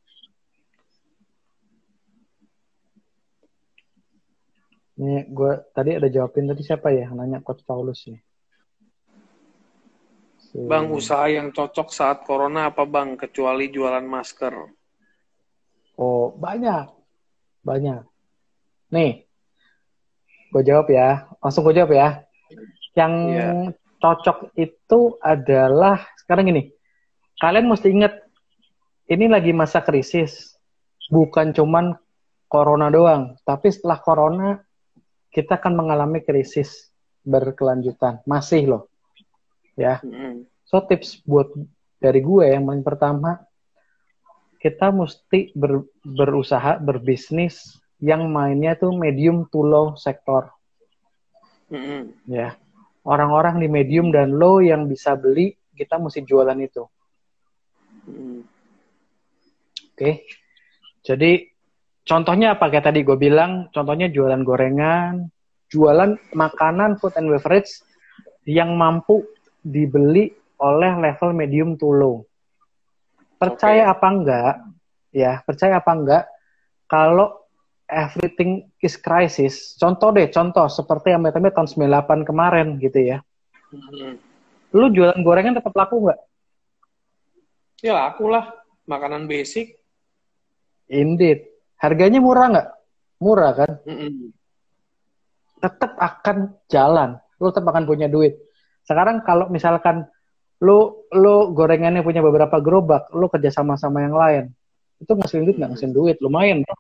Ini gue tadi ada jawabin tadi siapa ya? Nanya Coach Paulus ya. Si... Bang, usaha yang cocok saat corona apa bang? Kecuali jualan masker. Oh, banyak. Banyak. Nih, gue jawab ya. Langsung gue jawab ya. Yang yeah. cocok itu adalah, sekarang gini, kalian mesti ingat, ini lagi masa krisis. Bukan cuman corona doang. Tapi setelah corona, kita akan mengalami krisis berkelanjutan. Masih loh. Ya. Mm. So tips buat dari gue yang paling pertama, kita mesti ber, berusaha berbisnis yang mainnya tuh medium to low sektor. Mm-hmm. Ya. Orang-orang di medium dan low yang bisa beli, kita mesti jualan itu. Mm. Oke. Jadi contohnya apa kayak tadi gue bilang, contohnya jualan gorengan, jualan makanan food and beverage yang mampu dibeli oleh level medium to low. Percaya okay. apa enggak? Ya, percaya apa enggak? Kalau everything is crisis, contoh deh, contoh seperti yang metode tahun sembilan puluh delapan kemarin gitu ya. Hmm. Lu jualan gorengan tetap laku nggak? Ya aku lah, makanan basic. Indeed. Harganya murah nggak? Murah kan? Mm-mm. Tetap akan jalan. Lu tetap akan punya duit. Sekarang kalau misalkan lu lu gorengannya punya beberapa gerobak, lu kerja sama sama yang lain, itu ngasilin duit nggak? Ngasilin duit, lumayan. Bro.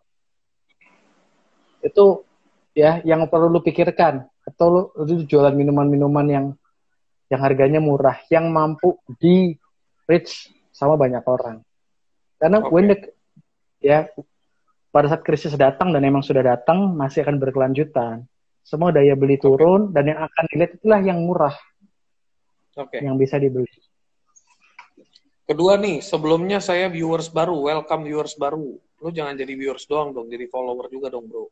Itu ya yang perlu lu pikirkan. Atau lu, lu jualan minuman-minuman yang yang harganya murah, yang mampu di reach sama banyak orang. Karena okay. when the, ya pada saat krisis datang dan emang sudah datang, masih akan berkelanjutan. Semua daya beli turun, okay. dan yang akan dilihat itulah yang murah. Okay. Yang bisa dibeli. Kedua nih, sebelumnya saya viewers baru, welcome viewers baru. Lu jangan jadi viewers doang dong, jadi follower juga dong, bro.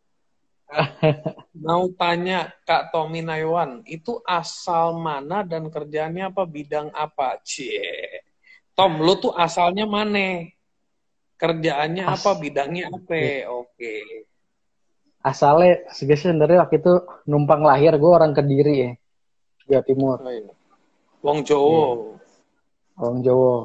Mau tanya Kak Tommy Nayawan, itu asal mana dan kerjaannya apa, bidang apa? Cie. Tom, lu tuh asalnya mana? Kerjaannya As- apa, bidangnya apa? Oke. Okay. Asalnya, sebenarnya waktu itu numpang lahir, gue orang Kediri ya, Jawa Timur. Oh, iya. Wong Jowo. Yeah. Wong Jowo.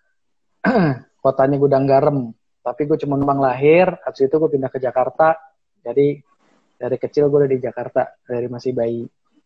Kotanya Gudang Garam. Tapi gue cuma numpang lahir, habis itu gue pindah ke Jakarta. Jadi dari kecil gue udah di Jakarta, dari masih bayi.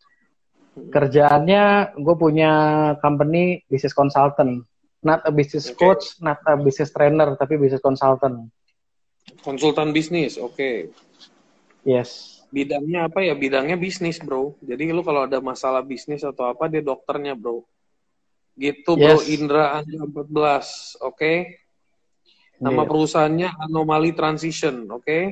Kerjaannya gue punya company business consultant. Not a business okay. coach, not a business trainer, tapi business consultant. Konsultan bisnis, oke. Okay. Yes. Bidangnya apa ya? Bidangnya bisnis, bro. Jadi lu kalau ada masalah bisnis atau apa, dia dokternya, bro. Gitu, bro. Yes. Indra Anja empat belas, oke? Okay? Nama yeah. perusahaannya Anomaly Transition, oke? Okay?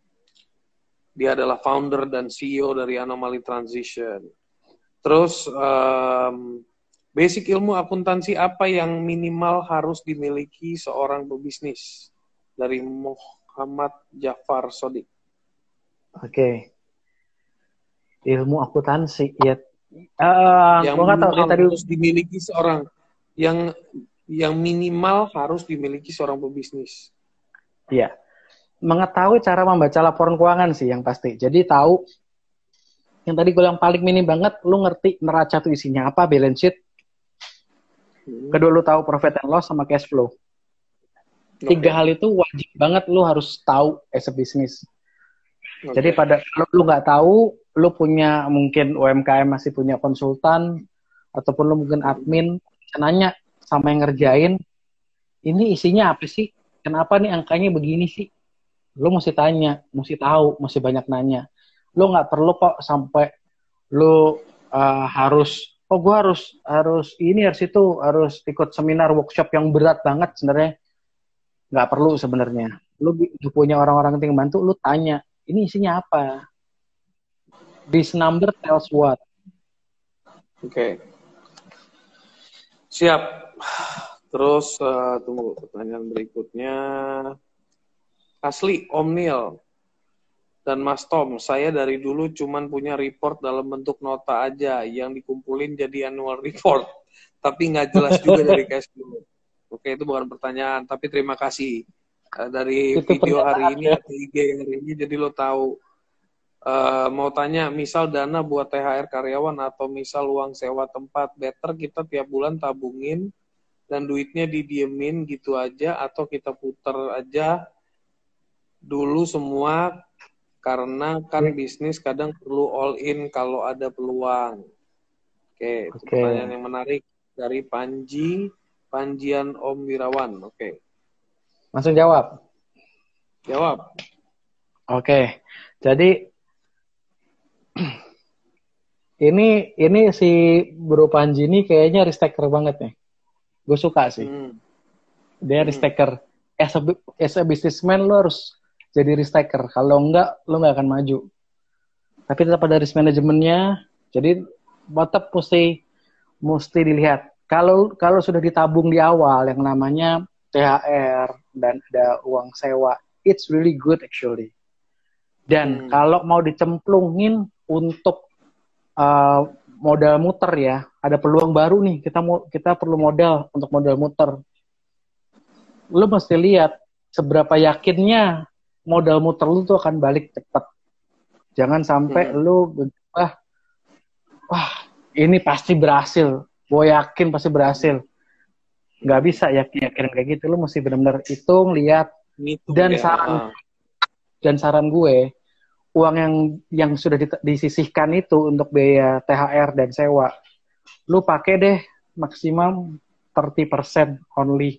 Dia adalah founder dan C E O dari Anomaly Transition. Terus, um, basic ilmu akuntansi apa yang minimal harus dimiliki seorang pebisnis? Dari Muhammad Jafar Sodik. Oke. Okay. Ilmu akuntansi, ya. Uh, yang gua minimal tahu, tadi harus dimiliki seorang, yang yang minimal harus dimiliki seorang pebisnis. Iya. Mengetahui cara membaca laporan keuangan sih yang pasti. Jadi tahu yang tadi gue yang paling minim banget, lu ngerti neraca tuh isinya apa, balance sheet. Hmm. Kedua lu tahu profit and loss sama cash flow. Okay. Tiga hal itu wajib banget lu harus tahu as a business. Okay. Jadi pada kalau lu nggak tahu, lu punya mungkin U M K M masih punya konsultan ataupun lu mungkin admin, nanya sama yang ngerjain, ini isinya apa sih? Kenapa nih angkanya begini sih? Lu mesti tanya, mesti tahu, mesti banyak nanya. Lu nggak perlu kok sampai lu uh, harus, oh gue harus harus ini harus itu harus ikut seminar workshop yang berat banget sebenarnya. Nggak perlu sebenarnya. Lu, lu punya orang-orang yang bantu, lu tanya, ini isinya apa? This number tells what? Oke. Okay. Siap. Terus uh, tunggu pertanyaan berikutnya. Asli, Om Neil dan Mas Tom, saya dari dulu cuman punya report dalam bentuk nota aja yang dikumpulin jadi annual report, tapi nggak jelas juga dari cash flow. Oke, itu bukan pertanyaan, tapi terima kasih uh, dari itu video hari ini atau I G hari ini, jadi lo tahu. Uh, mau tanya, misal dana buat T H R karyawan atau misal uang sewa tempat, better kita tiap bulan tabungin dan duitnya didiemin gitu aja atau kita puter aja dulu semua, karena kan bisnis kadang perlu all in kalau ada peluang. Oke, itu okay. Pertanyaan yang menarik dari Panji, Panjian Om Wirawan. Oke. Okay. Langsung jawab. Jawab. Oke, okay. Jadi ini ini si Bro Panji ini kayaknya risk taker banget nih. Gue suka sih. Hmm. Dia risk taker. Hmm. As a, as a businessman lo harus jadi risk taker. Kalau enggak, lo nggak akan maju. Tapi tetap ada risk manajemennya. Jadi tetap mesti mesti dilihat. Kalau kalau sudah ditabung di awal yang namanya T H R, dan ada uang sewa. It's really good actually. Dan hmm. kalau mau dicemplungin untuk uh, modal muter ya, ada peluang baru nih. Kita mau kita perlu modal untuk modal muter. Lu mesti lihat seberapa yakinnya modal muter lu tuh akan balik cepat. Jangan sampai hmm. lu wah, wah ini pasti berhasil. Gue yakin pasti berhasil. Nggak bisa yakin yakin kayak gitu. Lu mesti benar-benar hitung, lihat. Hitung, dan ya. saran dan saran gue, uang yang yang sudah disisihkan itu untuk biaya T H R dan sewa, lu pakai deh maksimum tiga puluh persen only.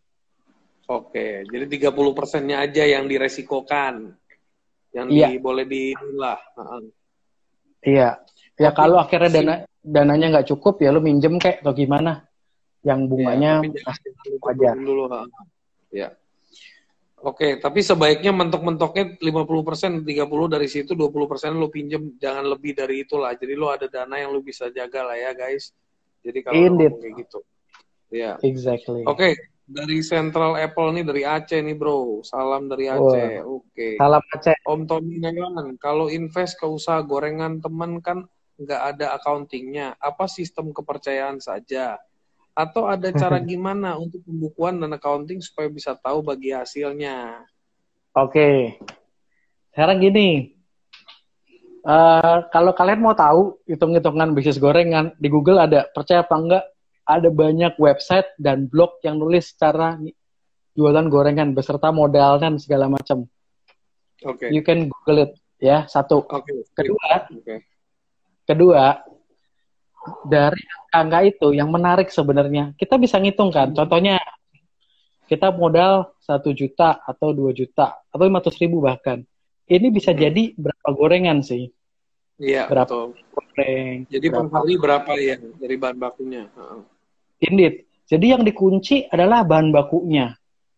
Oke, jadi tiga puluh persennya aja yang diresikokan. Yang iya. di, boleh dilah. Uh-huh. Iya. Ya okay. Kalau akhirnya dana dananya nggak cukup ya lu minjem kayak atau gimana? Yang bunganya ya, aja. Dulu, uh. Ya. Oke, tapi sebaiknya mentok-mentoknya lima puluh persen, tiga puluh dari situ, dua puluh persen lu pinjem, jangan lebih dari itulah. Jadi lu ada dana yang lu bisa jaga lah ya, guys. Jadi kalau ngomong kayak gitu. Ya. Exactly. Oke, dari Central Apple nih, dari Aceh nih, Bro. Salam dari Aceh. Oh. Oke. Salam Aceh. Om Tommy Nayawan, kalau invest ke usaha gorengan temen kan nggak ada accountingnya. Apa sistem kepercayaan saja? Atau ada cara gimana untuk pembukuan dan accounting supaya bisa tahu bagi hasilnya? Oke. Sekarang gini. Uh, kalau kalian mau tahu hitung-hitungan bisnis gorengan, di Google ada, percaya apa enggak, ada banyak website dan blog yang nulis cara jualan gorengan beserta modal dan segala macam. Oke. Okay. You can Google it, ya. Satu. Okay. Kedua, okay. kedua, dari angka itu yang menarik sebenarnya, kita bisa ngitung kan. Contohnya, kita modal satu juta atau dua juta atau lima ratus ribu bahkan. Ini bisa hmm. jadi berapa gorengan sih? Iya, berapa betul. Goreng. Jadi per hari berapa ya dari bahan bakunya? Uh-huh. Indeed. Jadi yang dikunci adalah bahan bakunya.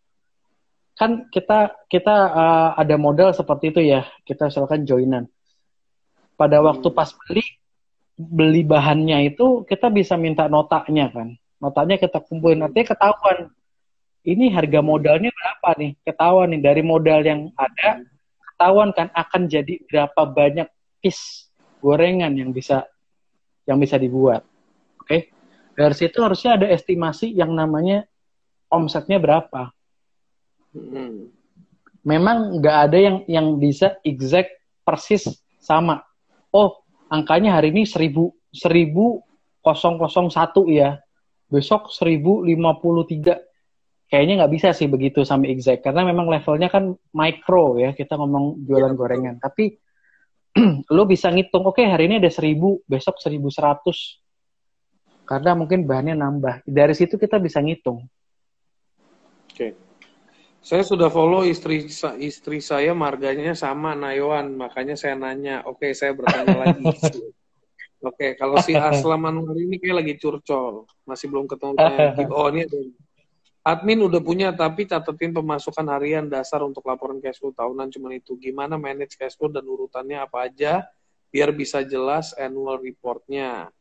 Kan kita kita uh, ada modal seperti itu ya. Kita misalkan joinan. Pada hmm. waktu pas beli beli bahannya itu kita bisa minta notanya kan. Notanya kita kumpulin, artinya ketahuan. Ini harga modalnya berapa nih? Ketahuan nih dari modal yang ada, ketahuan kan akan jadi berapa banyak piece gorengan yang bisa yang bisa dibuat. Oke. Okay? Dari situ harusnya ada estimasi yang namanya omsetnya berapa. Hmm. Memang nggak ada yang yang bisa exact persis sama. Oh, angkanya hari ini seribu seribu satu ya, besok seribu lima puluh tiga. Kayaknya nggak bisa sih begitu sampai exact karena memang levelnya kan micro ya, kita ngomong jualan ya, gorengan. Betul. Tapi lo bisa ngitung, oke okay, hari ini ada seribu, besok seribu seratus. Karena mungkin bahannya nambah. Dari situ kita bisa ngitung. Oke. Okay. Saya sudah follow istri istri saya, marganya sama Nayawan, makanya saya nanya. Oke, okay, saya bertanya lagi. Oke, okay, kalau si Aslam Anwar ini kayak lagi curcol, masih belum ketemu. Oh, ini ada. Admin udah punya, tapi catetin pemasukan harian dasar untuk laporan cash flow tahunan cuma itu. Gimana manage cash flow dan urutannya apa aja, biar bisa jelas annual report-nya.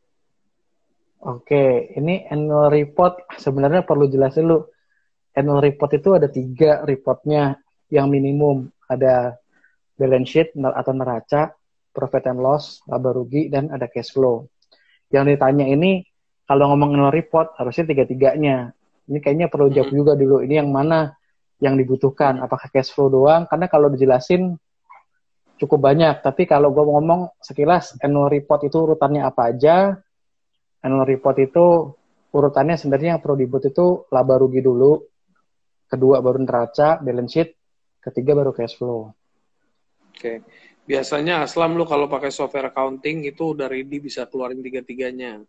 Oke, ini annual report sebenarnya perlu jelasin dulu. Annual report itu ada tiga reportnya yang minimum. Ada balance sheet atau neraca, profit and loss, laba rugi, dan ada cash flow. Yang ditanya ini, kalau ngomong annual report, harusnya tiga-tiganya. Ini kayaknya perlu jawab juga dulu. Ini yang mana yang dibutuhkan? Apakah cash flow doang? Karena kalau dijelasin cukup banyak. Tapi kalau gue ngomong sekilas, annual report itu urutannya apa aja? Annual report itu urutannya sebenarnya yang perlu dibuat itu laba rugi dulu. Kedua baru neraca, balance sheet. Ketiga baru cash flow. Oke. Biasanya Aslam lu kalau pakai software accounting itu udah ready bisa keluarin tiga-tiganya.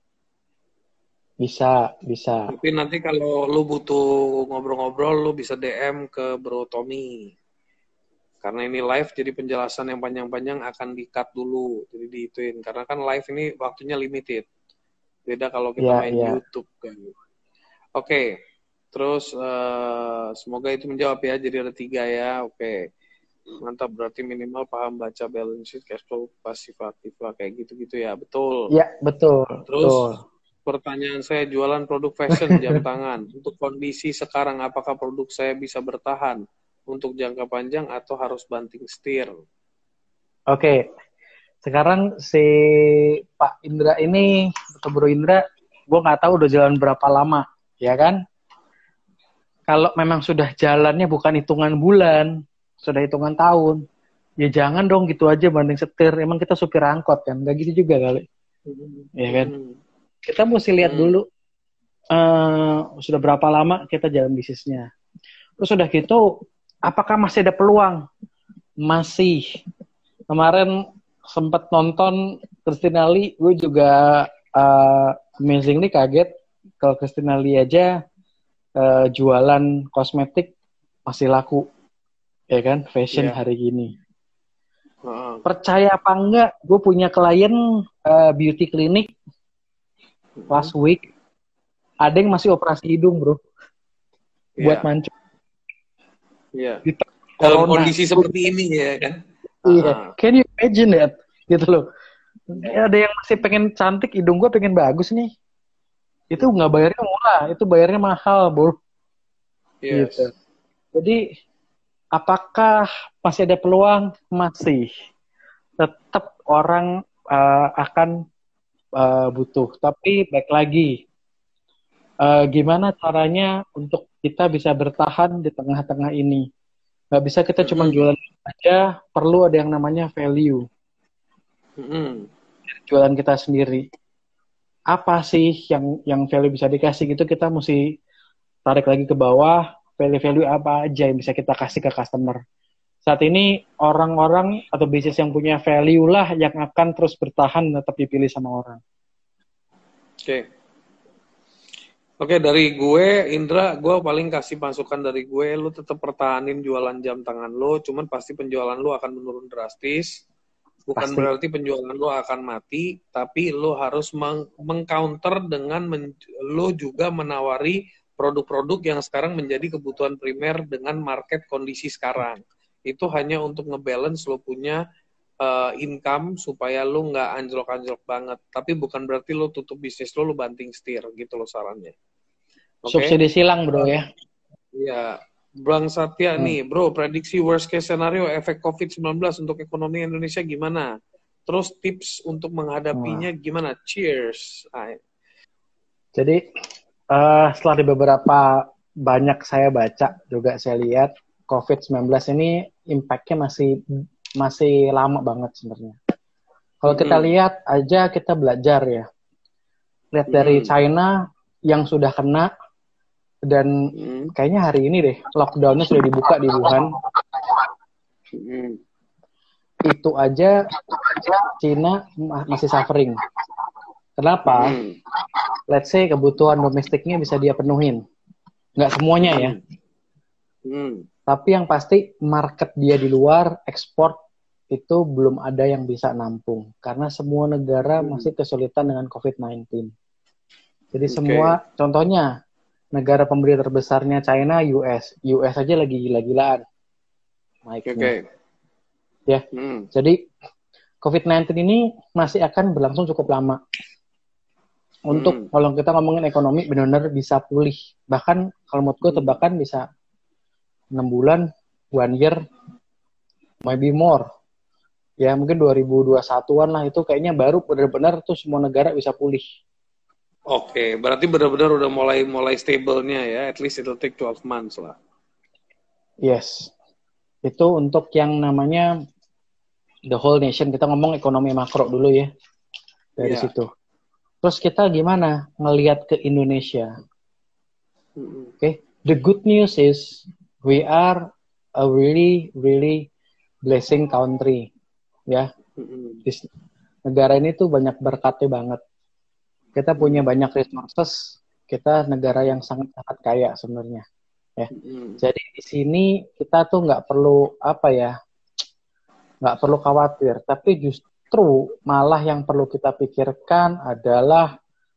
Bisa, bisa. Tapi nanti kalau lu butuh ngobrol-ngobrol, lu bisa D M ke Bro Tommy. Karena ini live, jadi penjelasan yang panjang-panjang akan di-cut dulu. Jadi diituin. Karena kan live ini waktunya limited. Beda kalau kita yeah, main yeah. YouTube kan. Oke. Okay. Terus uh, semoga itu menjawab ya. Jadi ada tiga ya. Oke. Okay. Mantap. Berarti minimal paham baca balance sheet, cash flow, pasif aktif lah. Kayak gitu-gitu ya. Betul. Iya, yeah, betul. Terus... betul. pertanyaan saya, jualan produk fashion jam tangan. Untuk kondisi sekarang, apakah produk saya bisa bertahan untuk jangka panjang atau harus banting setir? Oke, sekarang si Pak Indra ini, atau Bro Indra, gue nggak tahu udah jalan berapa lama, ya kan? Kalau memang sudah jalannya bukan hitungan bulan, sudah hitungan tahun, ya jangan dong gitu aja banting setir. Emang kita supir angkot kan, nggak gitu juga kali, ya kan? Kita mesti lihat dulu uh, sudah berapa lama kita jalan bisnisnya. Terus sudah gitu, apakah masih ada peluang? Masih. Kemarin sempat nonton Christina Lee, gue juga uh, amazingly kaget kalau Christina Lee aja uh, jualan kosmetik masih laku, ya kan? Fashion yeah. hari gini. Uh-huh. Percaya apa enggak? Gue punya klien uh, beauty clinic last week, ada yang masih operasi hidung, bro, yeah. buat mancung. Iya. Yeah. Dalam kondisi seperti ini ya kan? Iya, yeah. Can you imagine that? Gitu loh. Ya, ada yang masih pengen cantik, hidung gue pengen bagus nih. Itu nggak bayarnya murah, itu bayarnya mahal, bro. Yes. Gitu. Jadi, apakah masih ada peluang? Masih. Tetap orang uh, akan uh, butuh. Tapi baik lagi, uh, gimana caranya untuk kita bisa bertahan di tengah-tengah ini? Nggak bisa kita cuma jualan aja, perlu ada yang namanya value. Mm-hmm. Jualan kita sendiri. Apa sih yang yang value bisa dikasih gitu, kita mesti tarik lagi ke bawah, value-value apa aja yang bisa kita kasih ke customer. Saat ini orang-orang atau bisnis yang punya value lah yang akan terus bertahan tetap dipilih sama orang. Oke. Okay. Oke, dari gue, Indra, gue paling kasih masukan dari gue, lu tetap pertahanin jualan jam tangan lu, cuman pasti penjualan lu akan menurun drastis. Bukan pasti. Berarti penjualan lu akan mati, tapi lu harus meng- meng-counter dengan men- lu juga menawari produk-produk yang sekarang menjadi kebutuhan primer dengan market kondisi sekarang. Itu hanya untuk ngebalance lu punya uh, income supaya lu nggak anjlok-anjlok banget. Tapi bukan berarti lu tutup bisnis lu, lu banting setir gitu loh sarannya. Okay? Subsidi silang, bro, ya. Iya. Bang Satya hmm. nih, bro, prediksi worst case scenario efek covid sembilan belas untuk ekonomi Indonesia gimana? Terus tips untuk menghadapinya hmm. gimana? Cheers. Ay. Jadi, uh, setelah di beberapa banyak saya baca, juga saya lihat, covid sembilan belas ini impact-nya masih masih lama banget sebenarnya. Kalau hmm. kita lihat aja, kita belajar ya. Lihat hmm. dari China yang sudah kena, dan hmm. kayaknya hari ini deh lockdown-nya sudah dibuka di Wuhan. Hmm. Itu aja Cina masih suffering. Kenapa? Hmm. Let's say kebutuhan domestiknya bisa dia penuhin. Nggak semuanya ya. Hmm. Tapi yang pasti market dia di luar, ekspor itu belum ada yang bisa nampung. Karena semua negara hmm. masih kesulitan dengan covid sembilan belas. Jadi okay. semua, contohnya negara pemberi terbesarnya China, U S. U S aja lagi gila-gilaan naiknya. Okay. Ya, hmm. jadi covid sembilan belas ini masih akan berlangsung cukup lama. Untuk hmm. kalau kita ngomongin ekonomi benar-benar bisa pulih. Bahkan kalau menurut gue tebakan bisa enam bulan, one year, maybe more. Ya mungkin dua ribu dua puluh satuan lah, itu kayaknya baru benar-benar tuh semua negara bisa pulih. Oke, berarti benar-benar udah mulai mulai stable-nya ya, at least it'll take twelve months lah. Yes. Itu untuk yang namanya the whole nation. Kita ngomong ekonomi makro dulu ya. Dari yeah. situ. Terus kita gimana ngelihat ke Indonesia? Mm-hmm. Oke, okay. The good news is we are a really really blessing country. Ya. Mm-hmm. Negara ini tuh banyak berkatnya banget. Kita punya banyak resources, kita negara yang sangat-sangat kaya sebenarnya. Ya. Mm. Jadi di sini kita tuh nggak perlu apa ya, nggak perlu khawatir. Tapi justru malah yang perlu kita pikirkan adalah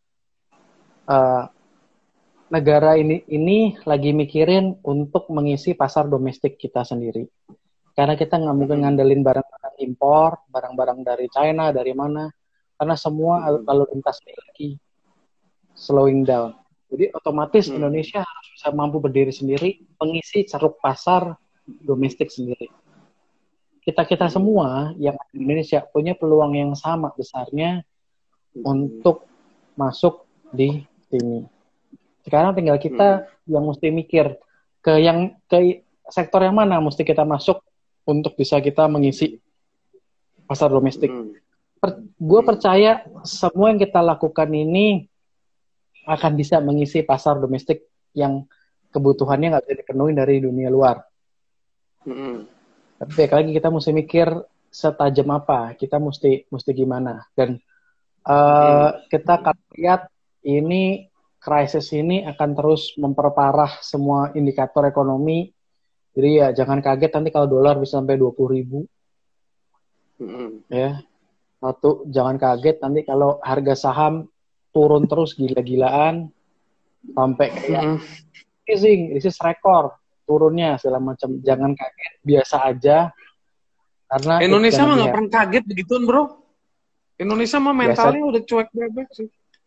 uh, negara ini ini lagi mikirin untuk mengisi pasar domestik kita sendiri. Karena kita nggak mungkin mm. ngandelin barang-barang impor, barang-barang dari China, dari mana. Karena semua hmm. lalu lintas lagi. slowing down. Jadi otomatis Hmm. Indonesia harus bisa mampu berdiri sendiri, mengisi ceruk pasar domestik sendiri. Kita-kita semua yang ada di Indonesia punya peluang yang sama besarnya Hmm. untuk masuk di sini. Sekarang tinggal kita yang mesti mikir ke yang ke sektor yang mana mesti kita masuk untuk bisa kita mengisi pasar domestik. Hmm. Per, gue percaya semua yang kita lakukan ini akan bisa mengisi pasar domestik yang kebutuhannya nggak bisa dipenuhi dari dunia luar. Hmm. Tapi baik lagi kita mesti mikir setajam apa, kita mesti mesti gimana. Dan uh, hmm. kita akan lihat ini krisis ini akan terus memperparah semua indikator ekonomi. Jadi ya jangan kaget nanti kalau dolar bisa sampai dua puluh ribu. Hmm. Ya. Satu, jangan kaget nanti kalau harga saham turun terus gila-gilaan sampai kayak rising, krisis rekor turunnya segala macam. Jangan kaget, biasa aja. Karena Indonesia mah nggak pernah kaget begituan, bro. Indonesia mah mentalnya biasa, udah cuek bebek sih.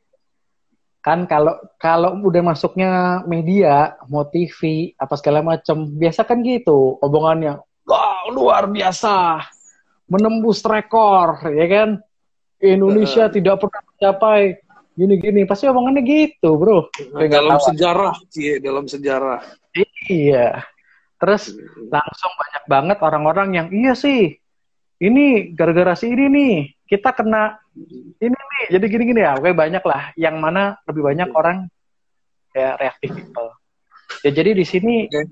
Kan kalau kalau udah masuknya media, mau T V, apa segala macam, biasa kan gitu omongannya. Wah, luar biasa, menembus rekor, ya kan? Indonesia uh, tidak pernah mencapai gini-gini, pasti omongannya gitu, bro. Dalam sejarah, cie, dalam sejarah. Iya. Terus langsung banyak banget orang-orang yang iya sih, ini gara-gara si ini nih, kita kena ini nih, jadi gini-gini ya. Oke, banyak lah. Yang mana lebih banyak orang ya reaktif people. Ya jadi di sini, okay.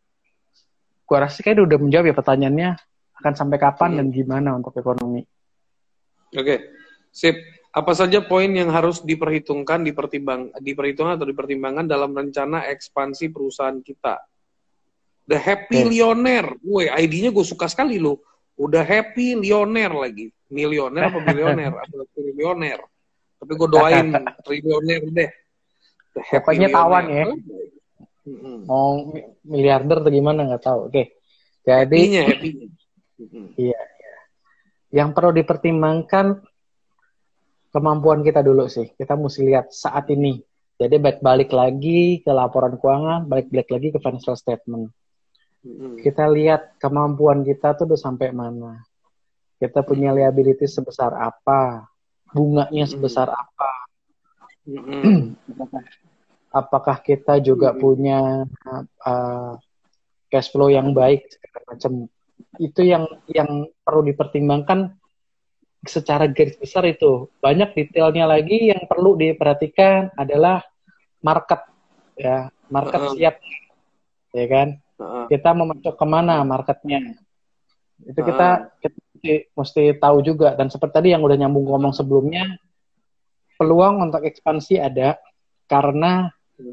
Gua rasa kayak udah menjawab ya pertanyaannya, akan sampai kapan hmm. dan gimana untuk ekonomi. Oke, okay. Sip. Apa saja poin yang harus diperhitungkan, dipertimbang, diperhitungkan atau dipertimbangkan dalam rencana ekspansi perusahaan kita? The Happy okay. Lioner, woi, I D-nya gue suka sekali loh. Udah Happy Lioner lagi, milioner apa bilioner atau triliuner? Tapi gue doain triliuner deh. Pokoknya tawan ya. Mau miliarder atau gimana nggak tahu. Oke, okay. Jadi. Happy-nya, happy-nya. Iya, iya. Yang perlu dipertimbangkan kemampuan kita dulu sih. Kita mesti lihat saat ini. Jadi balik-balik lagi ke laporan keuangan, balik-balik lagi ke financial statement. Mm-hmm. Kita lihat kemampuan kita tuh udah sampai mana. Kita punya liability sebesar apa, bunganya sebesar mm-hmm. apa. Mm-hmm. Apakah kita juga mm-hmm. punya uh, cash flow yang baik segala macam. Itu yang yang perlu dipertimbangkan. Secara garis besar itu banyak detailnya lagi yang perlu diperhatikan adalah market ya market uh-huh. siap ya kan uh-huh. kita mau masuk kemana marketnya itu uh-huh. kita, kita mesti, mesti tahu juga dan seperti tadi yang udah nyambung ngomong sebelumnya peluang untuk ekspansi ada karena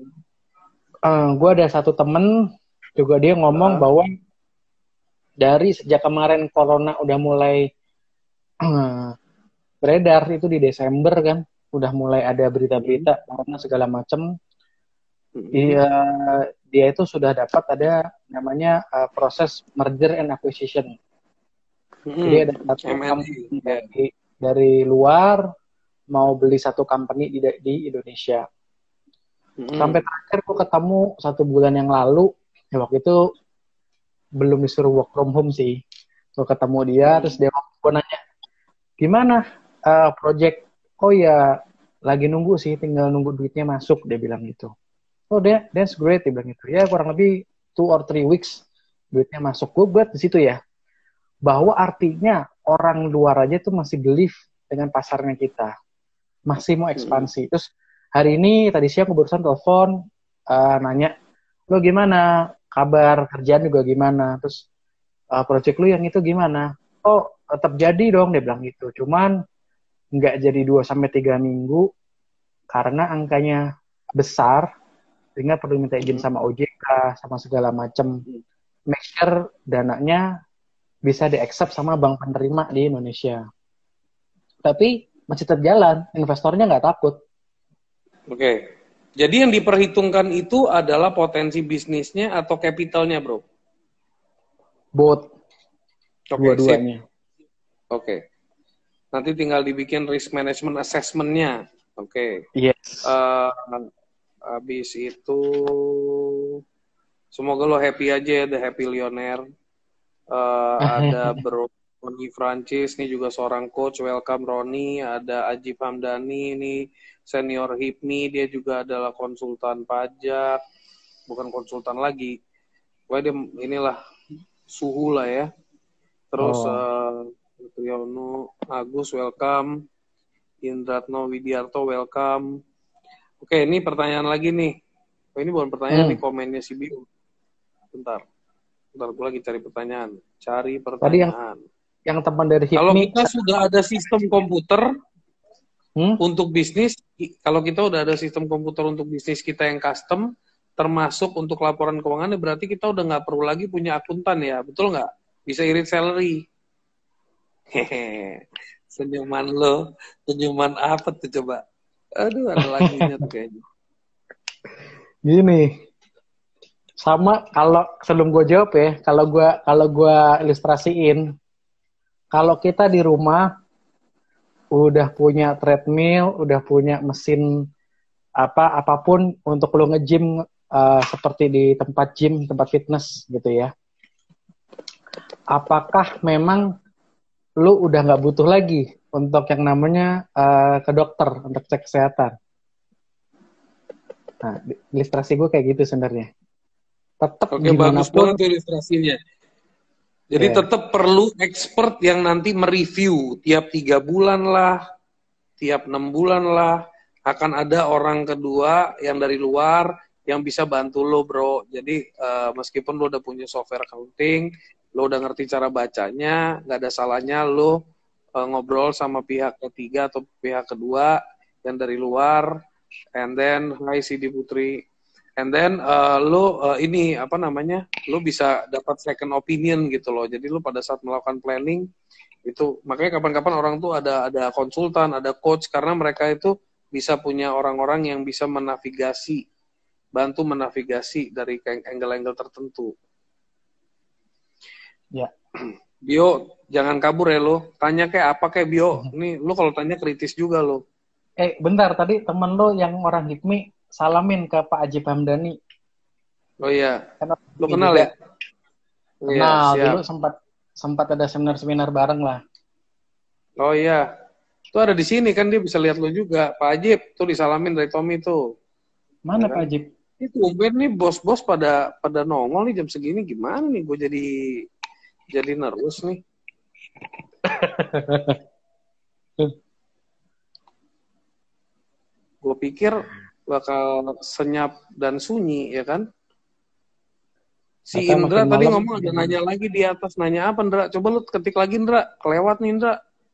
uh, gue ada satu temen juga dia ngomong uh-huh. bahwa dari sejak kemarin corona udah mulai beredar itu di Desember kan udah mulai ada berita-berita karena segala macam dia dia itu sudah dapat ada namanya uh, proses merger and acquisition hmm. jadi ada satu company dari, dari luar mau beli satu company di, di Indonesia hmm. sampai terakhir aku ketemu satu bulan yang lalu ya waktu itu belum disuruh work from home sih so ketemu dia hmm. terus dia gue nanya gimana uh, project? Oh ya, lagi nunggu sih, tinggal nunggu duitnya masuk, dia bilang gitu. Oh, dia, that's great, dia bilang gitu. Ya, kurang lebih two or three weeks duitnya masuk. Gue buat di situ ya, bahwa artinya orang luar aja tuh masih believe dengan pasarnya kita. Masih mau ekspansi. Hmm. Terus hari ini, tadi siang gue barusan telepon, uh, nanya, lo gimana? Kabar kerjaan juga gimana? Terus uh, project lu yang itu gimana? Oh, tetap jadi dong, dia bilang gitu. Cuman nggak jadi dua sampai tiga minggu karena angkanya besar sehingga perlu minta izin sama O J K sama segala macam. Make sure dananya bisa di-accept sama bank penerima di Indonesia. Tapi masih tetap jalan, investornya nggak takut. Oke. Jadi yang diperhitungkan itu adalah potensi bisnisnya atau capitalnya, bro? Both. Okay, dua-duanya. Oke. Okay. Nanti tinggal dibikin risk management assessment-nya. Oke. Yes. Uh, habis itu semoga lo happy aja ya, the happy millionaire. Uh, ada Bro Roni Francis, nih juga seorang coach. Welcome Roni. Ada Aji Hamdani, ini senior Hipmi, dia juga adalah konsultan pajak. Bukan konsultan lagi. Wah, dia inilah suhu lah ya. Terus oh. uh, Triyono Agus, welcome. Indratno Widiarto, welcome. Oke, ini pertanyaan lagi nih. Oh, ini bukan pertanyaan hmm. nih, komennya si Bio. Bentar. Bentar, gue lagi cari pertanyaan. Cari pertanyaan. Tadi yang, yang teman dari Hipmi. Kalau kita sudah ada sistem komputer hmm? untuk bisnis, kalau kita udah ada sistem komputer untuk bisnis kita yang custom, termasuk untuk laporan keuangan, berarti kita udah nggak perlu lagi punya akuntan ya, betul nggak? Bisa irit salary. Hehehe. Senyuman lo, senyuman apa tuh coba? Aduh, ada lagunya tuh kayaknya. Gini, sama kalau sebelum gue jawab ya, kalau gue kalau gue ilustrasiin, kalau kita di rumah udah punya treadmill, udah punya mesin apa apapun untuk lo nge-gym uh, seperti di tempat gym, tempat fitness gitu ya. Apakah memang lu udah nggak butuh lagi untuk yang namanya uh, ke dokter untuk cek kesehatan? Nah, ilustrasi gue kayak gitu sebenarnya. Tetap Oke, bagus banget ilustrasinya. Jadi yeah. tetap perlu expert yang nanti mereview tiap tiga bulan lah, tiap enam bulan lah, akan ada orang kedua yang dari luar yang bisa bantu lo, bro. Jadi uh, meskipun lo udah punya software accounting, lo udah ngerti cara bacanya, nggak ada salahnya lo uh, ngobrol sama pihak ketiga atau pihak kedua yang dari luar, and then, hi Sidi Putri, and then uh, lo uh, ini apa namanya, lo bisa dapat second opinion gitu loh. Jadi lo pada saat melakukan planning itu, makanya kapan-kapan orang tuh ada ada konsultan, ada coach, karena mereka itu bisa punya orang-orang yang bisa menavigasi, bantu menavigasi dari angle-angle tertentu. Ya. Bio, jangan kabur ya lo. Tanya kayak apa kayak Bio. Nih, lo kalau tanya kritis juga lo. Eh, bentar. Tadi temen lo yang orang Hipmi salamin ke Pak Aji Hamdani. Oh iya. Karena lo kenal juga. Ya? Kenal. Ya, dulu sempat sempat ada seminar-seminar bareng lah. Oh iya. Itu ada di sini kan, dia bisa lihat lo juga. Pak Ajib, tuh disalamin dari Tommy tuh. Mana ya, Pak Ajib? Itu umben nih bos-bos pada pada nongol nih jam segini, gimana nih gue jadi jadi nervous nih. Gue pikir bakal senyap dan sunyi, ya kan? Si Maka Indra tadi malam, ngomong ada nanya lagi di atas. Nanya apa, Indra? Coba lu ketik lagi, Indra. Kelewat nih, Indra.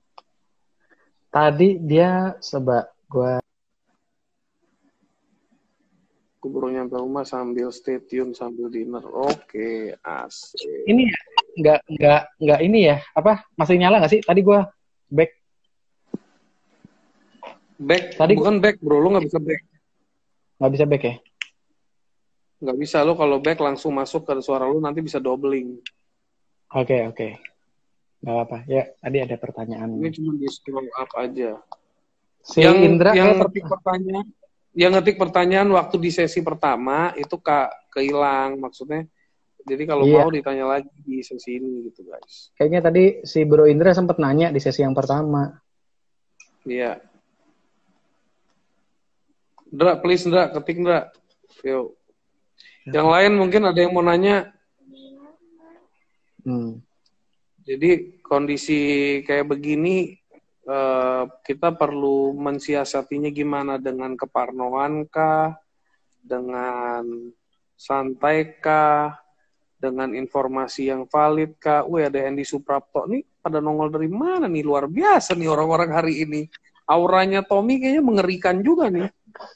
Tadi dia sebab gue gue baru nyampe rumah sambil stay tune sambil dinner. Oke, asik. Ini ya, nggak nggak nggak ini ya, apa masih nyala nggak sih? Tadi gue back. Back. Tadi bukan back, bro. Lo nggak bisa back. Nggak bisa back ya? Nggak bisa. Lo kalau back langsung masuk ke suara lo, nanti bisa doubling. Oke okay, oke. Okay. Nggak apa. Ya, tadi ada pertanyaan. Ini cuma di scroll up aja. Si yang Indra yang ngetik pertanyaan, yang ngetik pertanyaan waktu di sesi pertama itu kak kehilang maksudnya. Jadi kalau iya. mau ditanya lagi di sesi ini gitu guys. Kayaknya tadi si Bro Indra sempat nanya di sesi yang pertama. Iya. Indra, please Indra, ketik Indra. Yo. Yang lain mungkin ada yang mau nanya. Hmm. Jadi kondisi kayak begini uh, kita perlu mensiasatinya gimana, dengan keparnoan kah, dengan santai kah, dengan informasi yang valid kah? Wih, ada Hendy Suprapto nih pada nongol dari mana nih, luar biasa nih orang-orang hari ini. Auranya Tommy kayaknya mengerikan juga nih.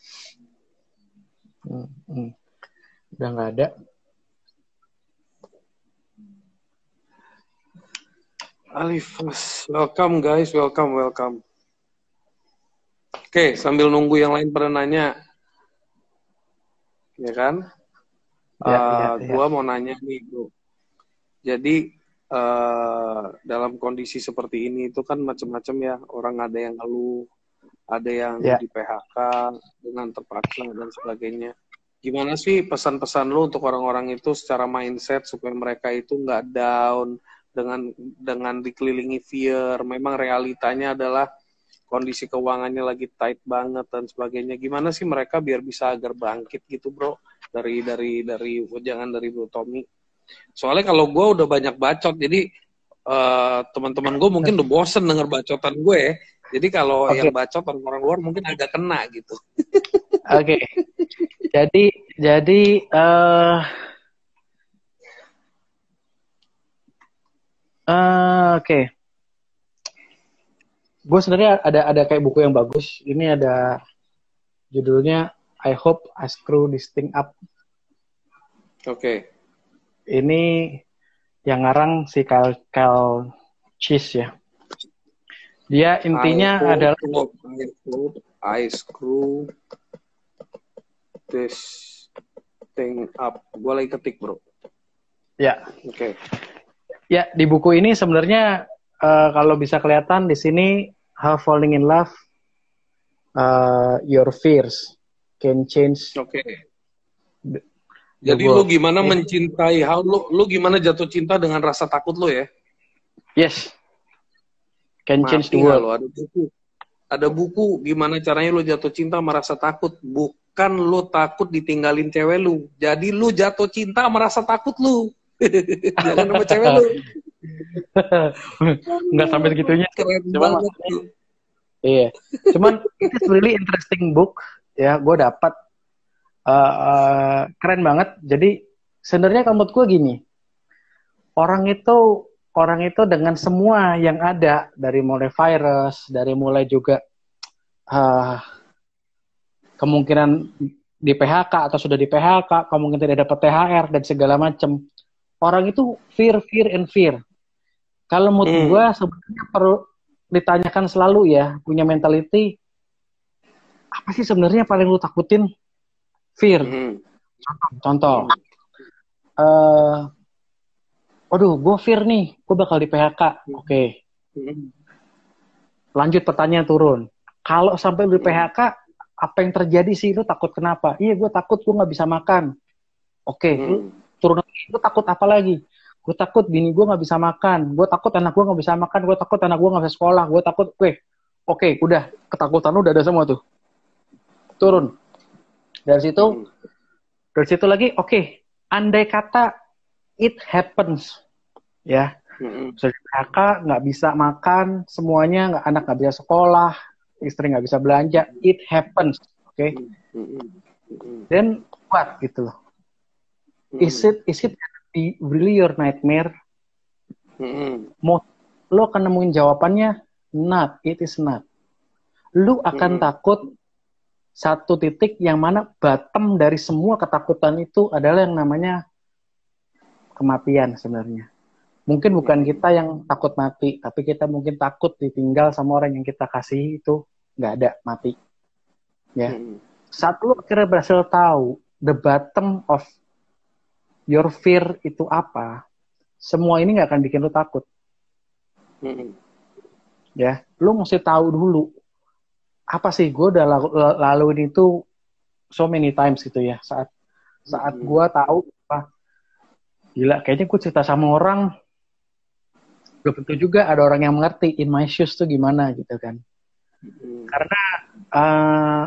Hmm, hmm. Udah nggak ada. Alif, welcome guys, welcome, welcome. Oke, sambil nunggu yang lain pada nanya, ya kan? Ya, uh, ya, ya. Gua mau nanya nih, bro. Jadi uh, dalam kondisi seperti ini itu kan macam-macam ya, orang ada yang ngeluh, ada yang Ya. di P H K dengan terpaksa dan sebagainya. Gimana sih pesan-pesan lu untuk orang-orang itu secara mindset supaya mereka itu nggak down dengan dengan dikelilingi fear? Memang realitanya adalah kondisi keuangannya lagi tight banget dan sebagainya. Gimana sih mereka biar bisa agar bangkit gitu, bro? Dari dari dari jangan dari Bro Tommy. Soalnya kalau gue udah banyak bacot, jadi uh, teman-teman gue mungkin udah bosen denger bacotan gue. Jadi kalau Okay. yang bacot orang luar mungkin agak kena gitu. Oke. Okay. Jadi jadi uh, uh, oke. Okay. Gue sebenarnya ada ada kayak buku yang bagus. Ini ada judulnya I Hope I Screw This Thing Up. Oke. Okay. Ini yang ngarang si Kyle, Kyle Cheese ya. Dia intinya I adalah hope, I hope I screw this thing up. Gue lagi ketik, bro. Ya. Oke. Okay. Ya, di buku ini sebenarnya uh, kalau bisa kelihatan di sini How Falling in Love uh, Your Fears Can Change. Oke. Okay. Jadi lu gimana yeah. mencintai, how lu lu gimana jatuh cinta dengan rasa takut lu ya? Yes. Can Mati change the world. Lo, ada buku. Ada buku gimana caranya lu jatuh cinta merasa takut, bukan lu takut ditinggalin cewek lu. Jadi lu jatuh cinta merasa takut lu. Jangan sama cewek lu. Enggak sampai segitunya. Keren Cuman, banget. Iya. Cuman it's really interesting book ya, gue dapat Uh, uh, keren banget. Jadi sebenarnya kalau menurut gue gini, orang itu orang itu dengan semua yang ada, dari mulai virus, dari mulai juga uh, kemungkinan di P H K atau sudah di P H K, kemungkinan tidak dapat T H R dan segala macam. Orang itu fear, fear, and fear. Kalau menurut hmm. gue sebenarnya perlu ditanyakan selalu ya, punya mentality apa sih sebenarnya paling lu takutin? Fear. Hmm. Contoh. Hmm. Uh, waduh, gue fear nih. Gue bakal di P H K. Oke. Okay. Hmm. Lanjut pertanyaan turun. Kalau sampai di P H K, apa yang terjadi sih? Lu takut kenapa? Iya, gue takut gue gak bisa makan. Oke. Okay. Hmm. Turun lagi. Lu takut apa lagi? Gue takut bini gue gak bisa makan. Gue takut anak gue gak bisa makan. Gue takut anak gue gak bisa sekolah. Gue takut. Oke. Oke, okay, udah. Ketakutan lu udah ada semua tuh. Turun. Dari situ, hmm. dari situ lagi, oke, okay, andai kata it happens, ya, hmm. P H K nggak bisa makan, semuanya nggak anak nggak bisa sekolah, istri nggak bisa belanja, it happens, oke, okay? hmm. Then what gitu loh? Hmm. Is it is it really your nightmare? Hmm. Mau lo akan nemuin jawabannya, not, it is not. Lu akan hmm. takut satu titik yang mana bottom dari semua ketakutan itu adalah yang namanya kematian sebenarnya. Mungkin bukan kita yang takut mati, tapi kita mungkin takut ditinggal sama orang yang kita kasih itu nggak ada, mati. Ya. Saat lu akhirnya berhasil tahu the bottom of your fear itu apa, semua ini nggak akan bikin lu takut. Ya, lu mesti tahu dulu apa sih, gue udah laluin itu so many times gitu ya, saat saat hmm. gue tahu apa, gila kayaknya gue cerita sama orang belum tentu juga ada orang yang mengerti in my shoes tuh gimana gitu kan. hmm. Karena uh,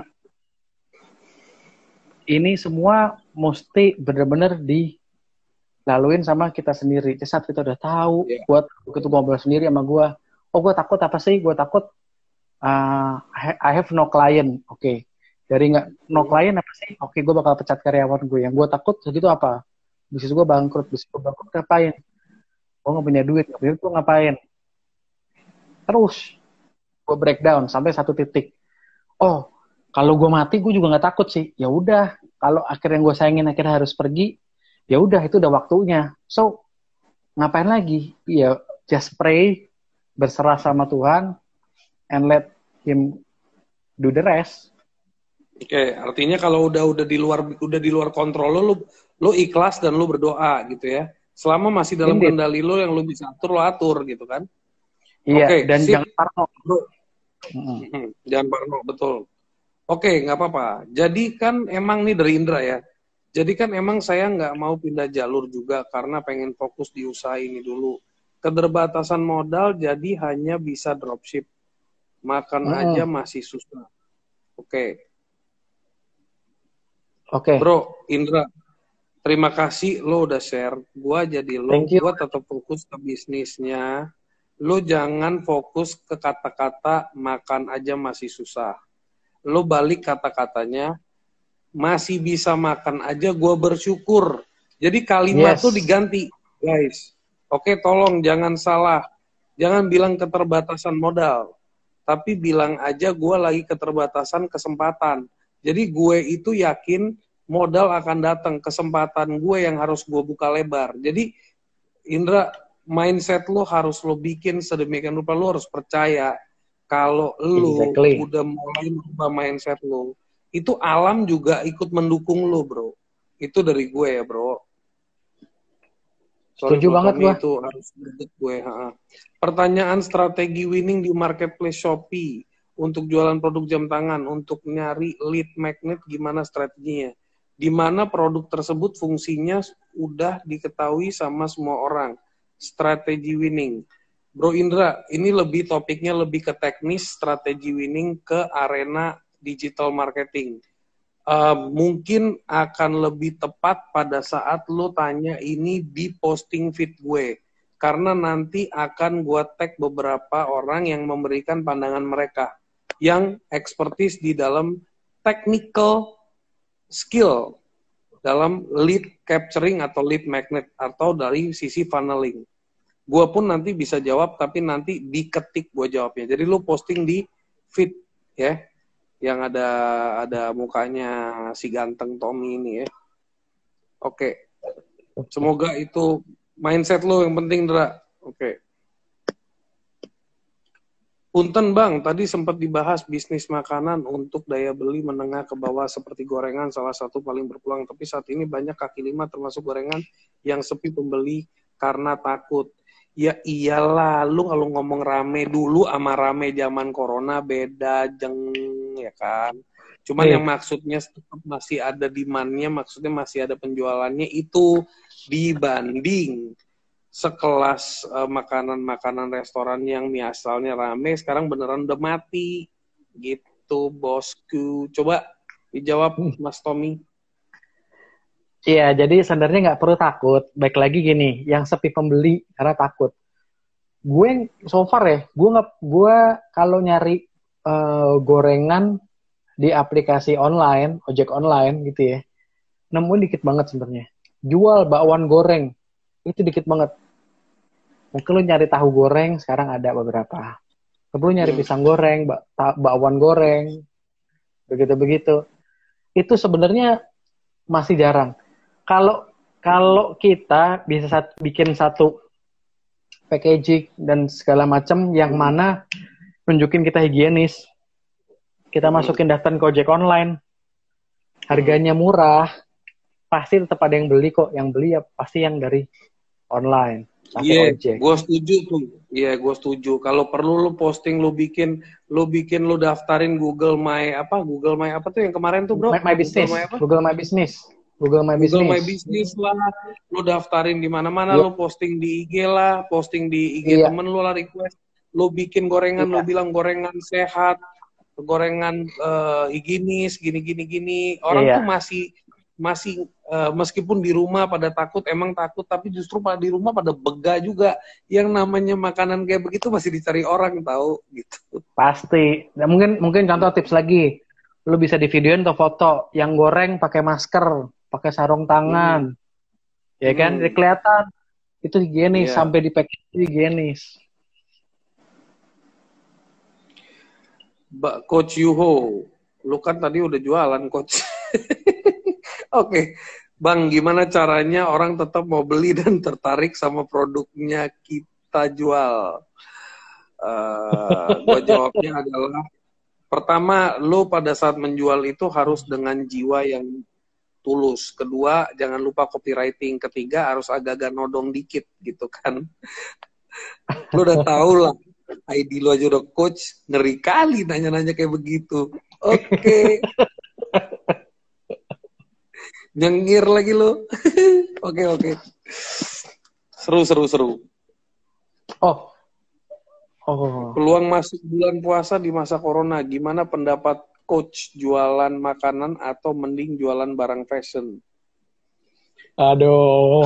ini semua mesti benar-benar dilaluin sama kita sendiri. Jadi saat kita udah tahu, yeah. buat begitu ngobrol sendiri sama gue, oh gue takut apa sih, gue takut Uh, I have no client, oke. Okay. Dari nggak no client apa sih? Oke, okay, gue bakal pecat karyawan gue. Yang gue takut segitu apa? Bisnis gue bangkrut, bisnis gue bangkrut ngapain? Gue nggak punya duit, nggak punya duit gue ngapain? Terus gue breakdown sampai satu titik. Oh, kalau gue mati gue juga nggak takut sih. Ya udah, kalau akhirnya gue sayangin akhirnya harus pergi, ya udah itu udah waktunya. So ngapain lagi? Ya just pray, berserah sama Tuhan. And let him do the rest. Oke, okay, artinya kalau udah udah di luar udah di luar kontrol lo, lo, lo ikhlas dan lo berdoa gitu ya. Selama masih dalam Indeed. kendali lo yang lo bisa atur, lo atur gitu kan. Iya. Okay, dan sip. jangan parno. Mm-mm. Jangan parno, betul. Oke, nggak apa-apa. Jadi kan emang nih dari Indra ya. Jadi kan emang saya nggak mau pindah jalur juga karena pengen fokus di usaha ini dulu. Keterbatasan modal jadi hanya bisa dropship. Makan Mm-mm. aja masih susah. Oke. Oke. Bro, Indra, terima kasih lo udah share. Gua jadi lo, Thank you. gua tetap fokus ke bisnisnya. Lo jangan fokus ke kata-kata makan aja masih susah. Lo balik kata-katanya, masih bisa makan aja gua bersyukur. Jadi kalimat Yes. tuh diganti, guys. Oke, tolong jangan salah. Jangan bilang keterbatasan modal. Tapi bilang aja gua lagi keterbatasan kesempatan. Jadi gue itu yakin modal akan datang, kesempatan gue yang harus gue buka lebar. Jadi Indra, mindset lo harus lo bikin sedemikian rupa, lo harus percaya kalau lo Exactly. udah mulai merubah mindset lo, itu alam juga ikut mendukung lo, bro. Itu dari gue ya, bro. Sorry, Setuju Bro banget Tommy, gua. itu harus deket gue. Ha. Pertanyaan strategi winning di marketplace Shopee untuk jualan produk jam tangan, untuk nyari lead magnet, gimana strateginya? Di mana produk tersebut fungsinya udah diketahui sama semua orang. Strategi winning. Bro Indra, ini lebih topiknya lebih ke teknis, strategi winning ke arena digital marketing. Uh, mungkin akan lebih tepat pada saat lo tanya ini di posting feed gue. Karena nanti akan gue tag beberapa orang yang memberikan pandangan mereka. Yang expertise di dalam technical skill. Dalam lead capturing atau lead magnet. Atau dari sisi funneling. Gue pun nanti bisa jawab, tapi nanti diketik gue jawabnya. Jadi lo posting di feed ya. Yang ada ada mukanya si ganteng Tommy ini ya. Oke. Semoga itu mindset lo yang penting, Dra. Oke. Punten Bang, tadi sempat dibahas bisnis makanan untuk daya beli menengah ke bawah seperti gorengan salah satu paling berpeluang. Tapi saat ini banyak kaki lima termasuk gorengan yang sepi pembeli karena takut. Ya iyalah, lu kalau ngomong rame dulu sama rame zaman corona beda jeng ya kan. Cuman Iya. yang maksudnya masih ada demand-nya, maksudnya masih ada penjualannya itu dibanding sekelas uh, makanan-makanan restoran yang misalnya rame sekarang beneran udah mati gitu bosku. Coba dijawab Mas Tommy. Iya, jadi sebenarnya nggak perlu takut. Baik lagi gini, yang sepi pembeli karena takut. Gue so far ya, gue nggak, gue kalau nyari uh, gorengan di aplikasi online, ojek online gitu ya, nemuin dikit banget sebenarnya. Jual bakwan goreng itu dikit banget. Mungkin lu nyari tahu goreng sekarang ada beberapa. Lu nyari pisang goreng, bak bakwan goreng, begitu-begitu. Itu sebenarnya masih jarang. Kalau kalau kita bisa sat, bikin satu packaging dan segala macam yang mana nunjukin kita higienis, kita masukin daftar ke ojek online, harganya murah, pasti tetap ada yang beli kok. Yang beli ya pasti yang dari online. Iya, yeah, gue setuju tuh. Iya, yeah, gue setuju. Kalau perlu lu posting, lu bikin, lu bikin, lu daftarin Google My apa? Google My apa tuh yang kemarin tuh, bro? My, my Business. Google My apa? Google My Business. Google My Google Business. My Business lah. Lu daftarin di mana-mana, yep. Lu posting di I G lah, posting di I G yeah. temen lu lah request. Lu bikin gorengan, yeah. Lu bilang gorengan sehat, gorengan uh, higienis, gini-gini gini. Orang yeah. tuh masih masih uh, meskipun di rumah pada takut, emang takut, tapi justru pada di rumah pada bega juga. Yang namanya makanan kayak begitu masih dicari orang tahu gitu. Pasti. Nah, mungkin mungkin contoh tips lagi, lu bisa di videoin atau foto yang goreng pakai masker, pakai sarung tangan, hmm. ya kan, hmm. kelihatan itu higienis, yeah. sampai di packaging higienis. Mbak Coach Yuho, lu kan tadi udah jualan, Coach. Oke, okay. Bang, gimana caranya orang tetap mau beli dan tertarik sama produknya kita jual? Uh, gua jawabnya adalah, pertama, lo pada saat menjual itu harus dengan jiwa yang tulus. Kedua, jangan lupa copywriting. Ketiga, harus agak-agak nodong dikit gitu kan. Lo udah tahu lah, I D lu aja udah coach, ngeri kali nanya-nanya kayak begitu. Oke. Okay. Nyengir lagi lu. Oke, oke. Seru, seru, seru. Oh. Oh. Peluang masuk bulan puasa di masa corona, gimana pendapat coach jualan makanan atau mending jualan barang fashion? Aduh.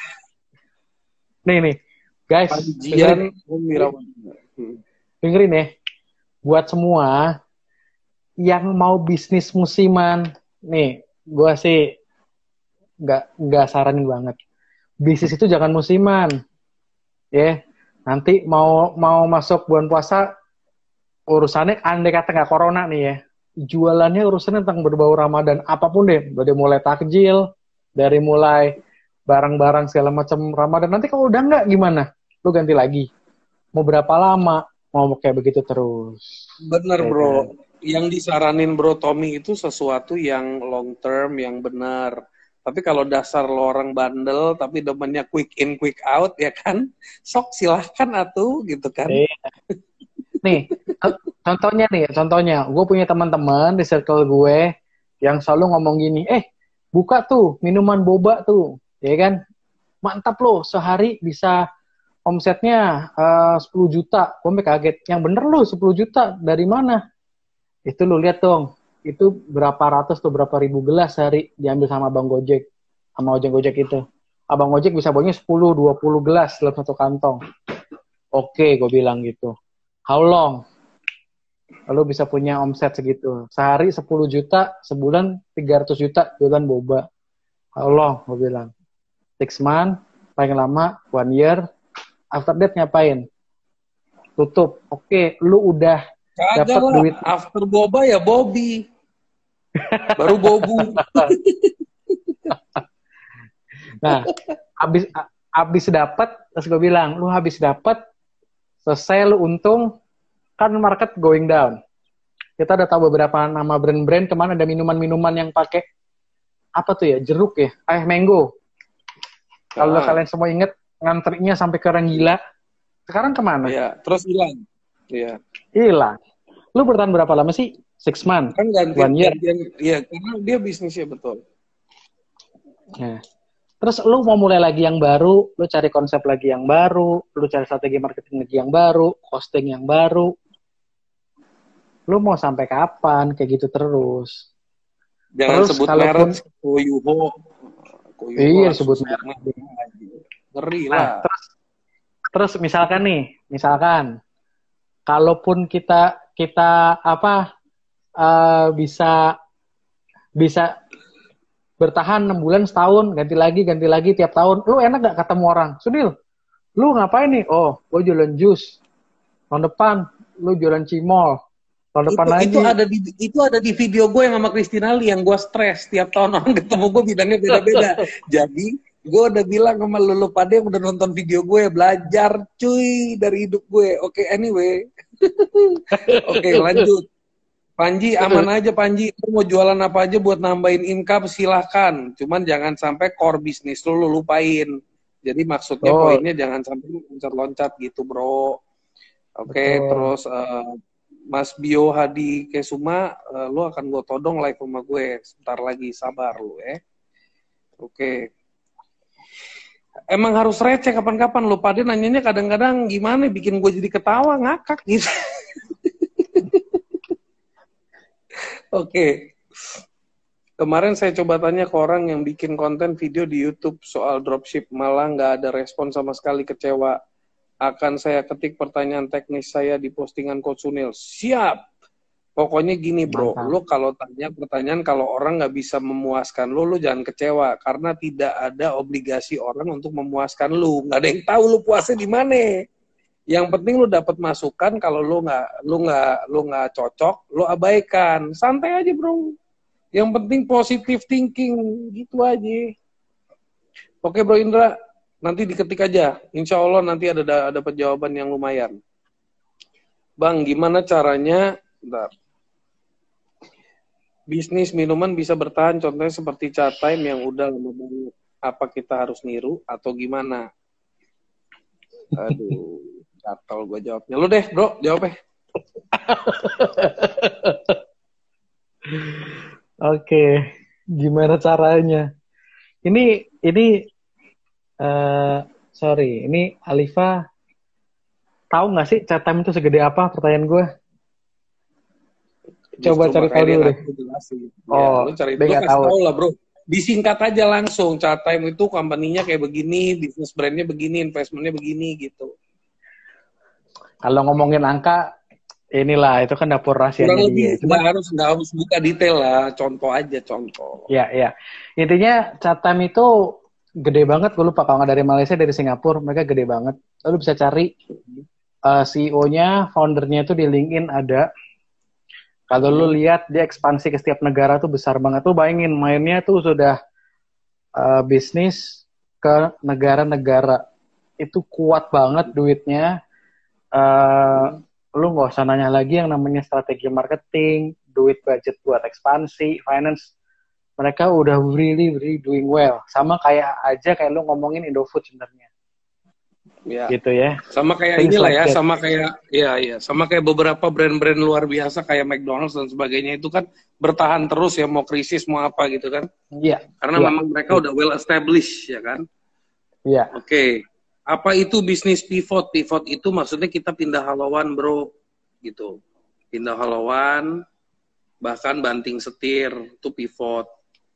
Nih, nih. Guys, Panjian dengerin, dengerin ya. Buat semua yang mau bisnis musiman, nih, gue sih nggak nggak saranin banget. Bisnis itu jangan musiman, ya. Yeah. Nanti mau mau masuk bulan puasa, urusannya andai kata nggak corona nih ya, jualannya urusannya tentang berbau Ramadan, apapun deh, dari mulai takjil, dari mulai barang-barang segala macam Ramadan. Nanti kalau udah nggak gimana? Lu ganti lagi. Mau berapa lama? Mau kayak begitu terus. Bener kayak bro. Kan. Yang disaranin bro Tommy itu sesuatu yang long term, yang benar. Tapi kalau dasar lo orang bandel, tapi demennya quick in, quick out, ya kan? Sok silahkan atuh, gitu kan? Nih, contohnya nih, contohnya. Gue punya teman-teman di circle gue yang selalu ngomong gini, eh, buka tuh minuman boba tuh. Ya kan, mantap loh, sehari bisa omsetnya uh, sepuluh juta. Gue kaget, yang bener loh sepuluh juta, dari mana? Itu lu lihat dong, itu berapa ratus tuh, berapa ribu gelas sehari diambil sama Abang Gojek, sama ojek Gojek itu. Abang Gojek bisa bawanya sepuluh dua puluh gelas dalam satu kantong. Oke, gue bilang gitu. How long? Lalu bisa punya omset segitu. Sehari sepuluh juta, sebulan tiga ratus juta jualan boba. How long? Gue bilang. Six month, paling lama one year. After that ngapain? Tutup. Oke, lu udah dapat duit. After boba ya Bobby. Baru bobu. Nah, habis habis dapat, terus gue bilang, lu habis dapat, selesai lu untung, kan market going down. Kita udah tahu beberapa nama brand-brand kemana ada minuman-minuman yang pakai apa tuh ya, jeruk ya, eh mango. Kalau ah. kalian semua inget, ngantrinya sampai ke orang gila. Sekarang kemana? Iya, terus hilang. Iya. Hilang. Lu bertahan berapa lama sih? Six months? Kan ganti, one year? Iya, karena dia bisnisnya betul. Nah. Terus lu mau mulai lagi yang baru, lu cari konsep lagi yang baru, lu cari strategi marketing lagi yang baru, hosting yang baru. Lu mau sampai kapan kayak gitu terus? Jangan terus, sebut merek, Koyuho. Iya, sebut merek. Ngeri nah, lah. Terus, terus misalkan nih, misalkan, kalaupun kita kita apa uh, bisa bisa bertahan enam bulan, setahun, ganti lagi, ganti lagi tiap tahun, lu enak gak ketemu orang? Sudil, lu ngapain nih? Oh, gue jualan jus. Tahun depan, lu jualan cimol. Tahun depan itu, lagi. Itu ada di itu ada di video gue yang sama Christina Lee yang gue stres tiap tahun orang ketemu gue bidangnya beda-beda. Jadi gue udah bilang sama lu, lu pada yang udah nonton video gue, belajar cuy dari hidup gue. Oke, okay, anyway. Oke, okay, lanjut. Panji, aman aja Panji. Lu mau jualan apa aja buat nambahin income silahkan. Cuman jangan sampai core bisnis lu, lu lupain. Jadi maksudnya oh. poinnya jangan sampai loncat-loncat gitu bro. Oke, okay, terus uh, Mas Bio Hadi Kesuma, uh, lu akan gue todong live sama gue. Sebentar lagi, sabar lu ya. Eh. Oke. Okay. Emang harus receh kapan-kapan lu. Pada nanyanya kadang-kadang gimana bikin gue jadi ketawa, ngakak gitu. Oke, okay. Kemarin saya coba tanya ke orang yang bikin konten video di YouTube soal dropship, malah nggak ada respon sama sekali, kecewa. Akan saya ketik pertanyaan teknis saya di postingan Coach Sunil. Siap. Pokoknya gini bro, Mantap. Lo kalau tanya pertanyaan, kalau orang nggak bisa memuaskan lo, lo jangan kecewa. Karena tidak ada obligasi orang untuk memuaskan lo. Nggak ada yang tahu lo puasnya di mana. Yang penting lu dapat masukan, kalau lu nggak lu nggak lu nggak cocok, lu abaikan. Santai aja, bro. Yang penting positive thinking, gitu aja. Oke, Bro Indra, nanti diketik aja. Insya Allah nanti ada ada jawaban yang lumayan. Bang, gimana caranya? Bentar. Bisnis minuman bisa bertahan, contohnya seperti Chat Time yang udah lama banget. Apa kita harus niru atau gimana? Aduh. Gatel gue jawabnya. Lu deh, bro, jawabnya. Oke, gimana caranya? Ini, ini, uh, sorry, ini Alifa tahu nggak sih chat time itu segede apa? Pertanyaan gue. Coba cari tahu dulu deh. Oh, ya, lu cari dulu, kasih tahu lah, bro. Disingkat aja langsung. Chat time itu company-nya kayak begini, bisnis brand-nya begini, investment-nya begini gitu. Kalau ngomongin angka, inilah itu kan dapur rahasianya dia. Cuma nggak harus nggak harus buka detail lah, contoh aja contoh. Ya ya, intinya chat time itu gede banget. Gue lupa kalau nggak dari Malaysia, dari Singapura, mereka gede banget. Lalu bisa cari uh, C E O-nya, foundernya itu di LinkedIn ada. Kalau hmm. lu lihat dia ekspansi ke setiap negara tuh besar banget. Tuh bayangin mainnya tuh sudah uh, bisnis ke negara-negara. Itu kuat banget duitnya. Uh, hmm. Lu nggak usah nanya lagi yang namanya strategi marketing, duit budget buat ekspansi, finance. Mereka udah really, really doing well. Sama kayak aja kayak lu ngomongin Indofood sebenarnya. Ya. Gitu ya. Sama kayak Things inilah like ya, that. sama kayak ya ya, sama kayak beberapa brand-brand luar biasa kayak McDonald's dan sebagainya itu kan bertahan terus ya, mau krisis mau apa gitu kan. Iya. Karena ya. memang mereka udah well established ya kan. Iya. Oke. Okay. Apa itu bisnis pivot? Pivot itu maksudnya kita pindah haluan, bro. Gitu. Pindah haluan, bahkan banting setir, itu pivot.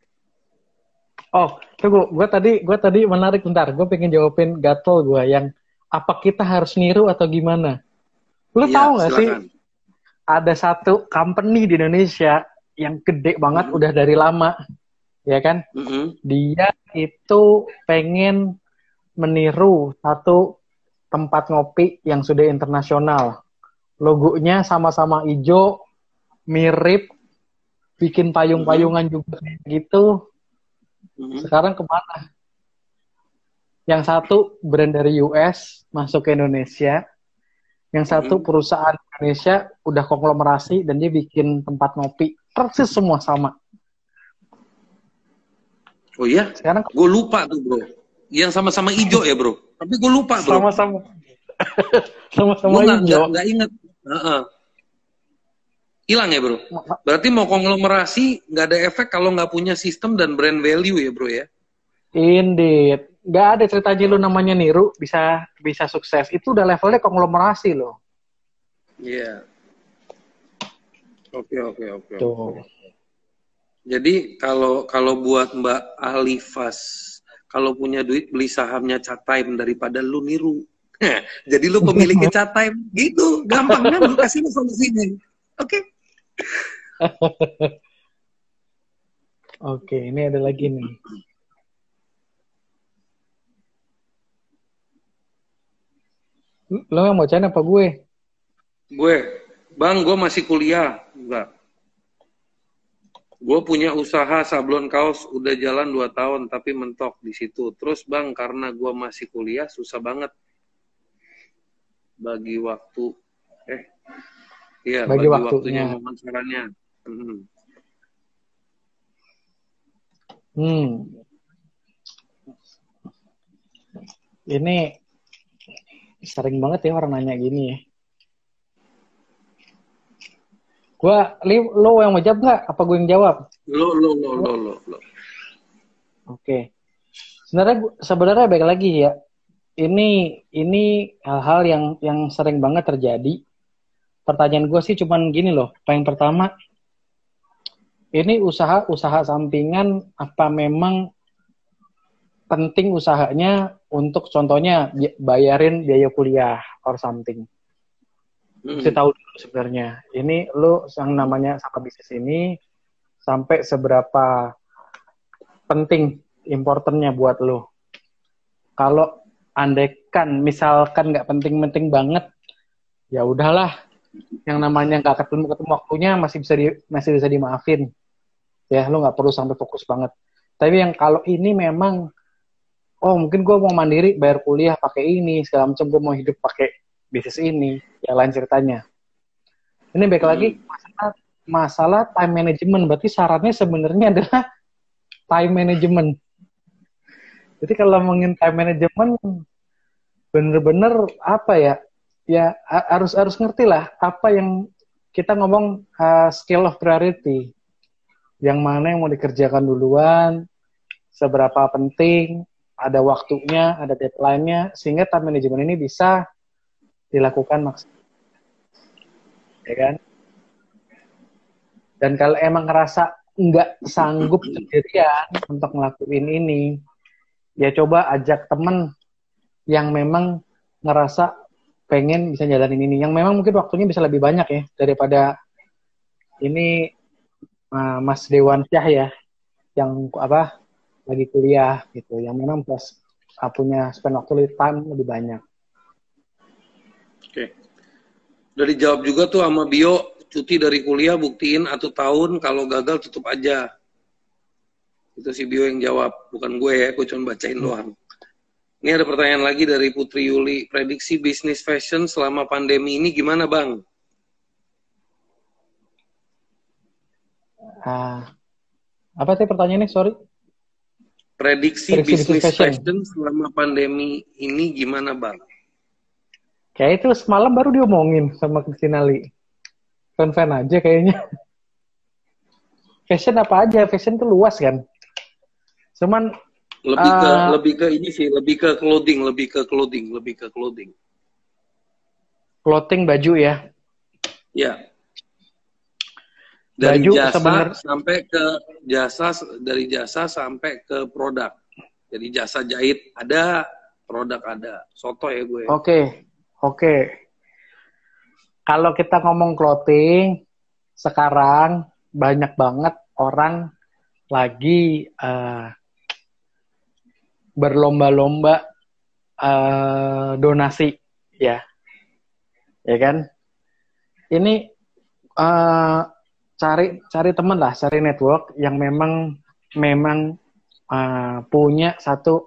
Oh, tunggu, gue tadi, gue tadi menarik bentar. Gue pengen jawabin gatel gue yang apa kita harus niru atau gimana? Lu ya, tahu nggak sih? Ada satu company di Indonesia yang gede banget, mm-hmm. udah dari lama, ya kan? Mm-hmm. Dia itu pengen meniru satu tempat ngopi yang sudah internasional. Logonya sama-sama hijau, mirip, bikin payung-payungan mm-hmm. juga gitu. Sekarang kemana? Yang satu brand dari U S masuk ke Indonesia, yang satu perusahaan Indonesia udah konglomerasi dan dia bikin tempat ngopi persis semua sama. Oh iya? Sekarang gue lupa tuh bro. Yang sama-sama hijau ya bro. Tapi gue lupa bro. Sama-sama. Sama-sama hijau. Gue nggak inget. Uh-uh. Hilang ya bro. Berarti mau konglomerasi nggak ada efek kalau nggak punya sistem dan brand value ya bro ya. Indeed. Nggak ada ceritanya lu namanya niru bisa bisa sukses. Itu udah levelnya konglomerasi loh. Iya. Yeah. Oke oke oke. Jadi kalau kalau buat Mbak Alifas, kalau punya duit beli sahamnya Chat Time daripada lu niru. Jadi lu pemiliknya Chat Time gitu. Gampangnya lu kasih lu solusinya. Oke. Okay. Oke, ini ada lagi nih. Lo yang bacain apa gue? Gue, bang, gue masih kuliah, enggak. Gue punya usaha sablon kaos udah jalan dua tahun, tapi mentok di situ. Terus bang, karena gue masih kuliah, susah banget bagi waktu. Eh, iya, bagi, bagi waktunya, wawancaranya. Hmm. hmm. Ini sering banget ya orang nanya gini ya. Gua, li, lo yang mau jawab nggak? Apa gue yang jawab? Lo, lo, lo, lo, lo. lo. Oke. Sebenarnya, sebenarnya baik lagi ya. Ini, ini hal-hal yang yang sering banget terjadi. Pertanyaan gue sih cuman gini loh. Yang pertama, ini usaha-usaha sampingan apa memang penting usahanya untuk contohnya bayarin biaya kuliah or something. Mesti tahu dulu sebenarnya. Ini lo yang namanya sama bisnis ini sampai seberapa penting importantnya buat lo. Kalau andaikan misalkan nggak penting-penting banget, ya udahlah. Yang namanya nggak ketemu ketemu waktunya masih bisa di, masih bisa dimaafin. Ya lo nggak perlu sampai fokus banget. Tapi yang kalau ini memang oh mungkin gue mau mandiri bayar kuliah pakai ini segala macam, gue mau hidup pakai bisnis ini, ya lain ceritanya. Ini baik hmm. lagi masalah, masalah time management. Berarti syaratnya sebenarnya adalah time management. Jadi kalau ngomongin time management bener-bener apa ya, ya harus harus ngerti lah apa yang kita ngomong uh, scale of priority. Yang mana yang mau dikerjakan duluan, seberapa penting, ada waktunya, ada deadline-nya, sehingga time management ini bisa dilakukan maksimal. Ya kan? Dan kalau emang ngerasa nggak sanggup sendirian untuk ngelakuin ini, ya coba ajak temen yang memang ngerasa pengen bisa jalanin ini, yang memang mungkin waktunya bisa lebih banyak ya daripada ini uh, Mas Dewansyah ya, yang apa lagi kuliah gitu, yang memang plus uh, punya spend waktu time lebih banyak. Oke, udah dijawab juga tuh sama Bio, cuti dari kuliah buktiin satu tahun, kalau gagal tutup aja. Itu si Bio yang jawab, bukan gue ya, gue cuma bacain doang. Ini ada pertanyaan lagi dari Putri Yuli. Prediksi bisnis fashion selama pandemi ini gimana, Bang? Uh, apa sih pertanyaannya? Sorry. Prediksi, Prediksi bisnis fashion. fashion selama pandemi ini gimana, Bang? Kayak itu semalam baru diomongin sama Christina Lee. Fan-fan aja kayaknya. Fashion apa aja? Fashion itu luas kan. Cuman lebih ke uh, lebih ke ini sih, lebih ke clothing, lebih ke clothing, lebih ke clothing. Clothing baju ya. Ya. Dari baju jasa sebener... sampai ke jasa, dari jasa sampai ke produk. Jadi jasa jahit ada, produk ada. Soto ya gue. Oke. Okay. Oke. Okay. Kalau kita ngomong clothing sekarang banyak banget orang lagi uh, berlomba-lomba uh, donasi, ya, ya kan? Ini uh, cari cari teman lah, cari network yang memang memang uh, punya satu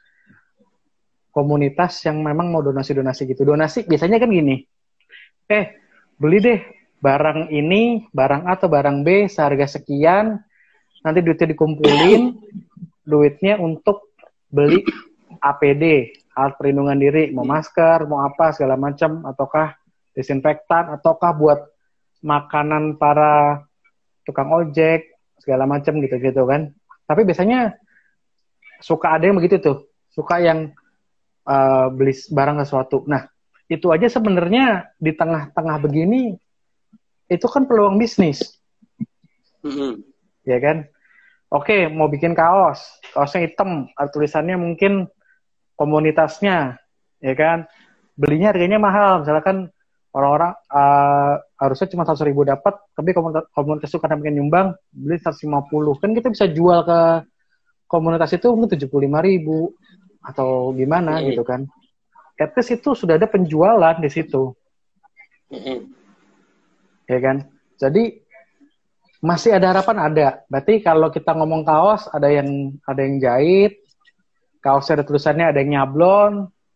komunitas yang memang mau donasi-donasi gitu. Donasi biasanya kan gini, eh beli deh barang ini, barang A atau barang B seharga sekian, nanti duitnya dikumpulin, duitnya untuk beli A P D, alat perlindungan diri, mau masker, mau apa, segala macam, ataukah desinfektan, ataukah buat makanan para tukang ojek, segala macam gitu-gitu kan. Tapi biasanya suka ada yang begitu tuh, suka yang uh, beli barang sesuatu. Nah, itu aja sebenarnya di tengah-tengah begini, itu kan peluang bisnis. Mm-hmm. Ya kan? Oke, mau bikin kaos, kaosnya hitam, tulisannya mungkin komunitasnya, ya kan? Belinya harganya mahal, misalkan orang-orang uh, harusnya cuma seratus ribu dapat, tapi komunitas, komunitas itu karena pengen nyumbang, beli seratus lima puluh. Kan kita bisa jual ke komunitas itu mungkin tujuh puluh lima ribu, atau gimana mm-hmm. gitu kan. At least itu sudah ada penjualan di situ. Mm-hmm. Ya kan? Jadi masih ada harapan, ada. Berarti kalau kita ngomong kaos, ada yang ada yang jahit, kaosnya ada tulisannya, ada yang nyablon,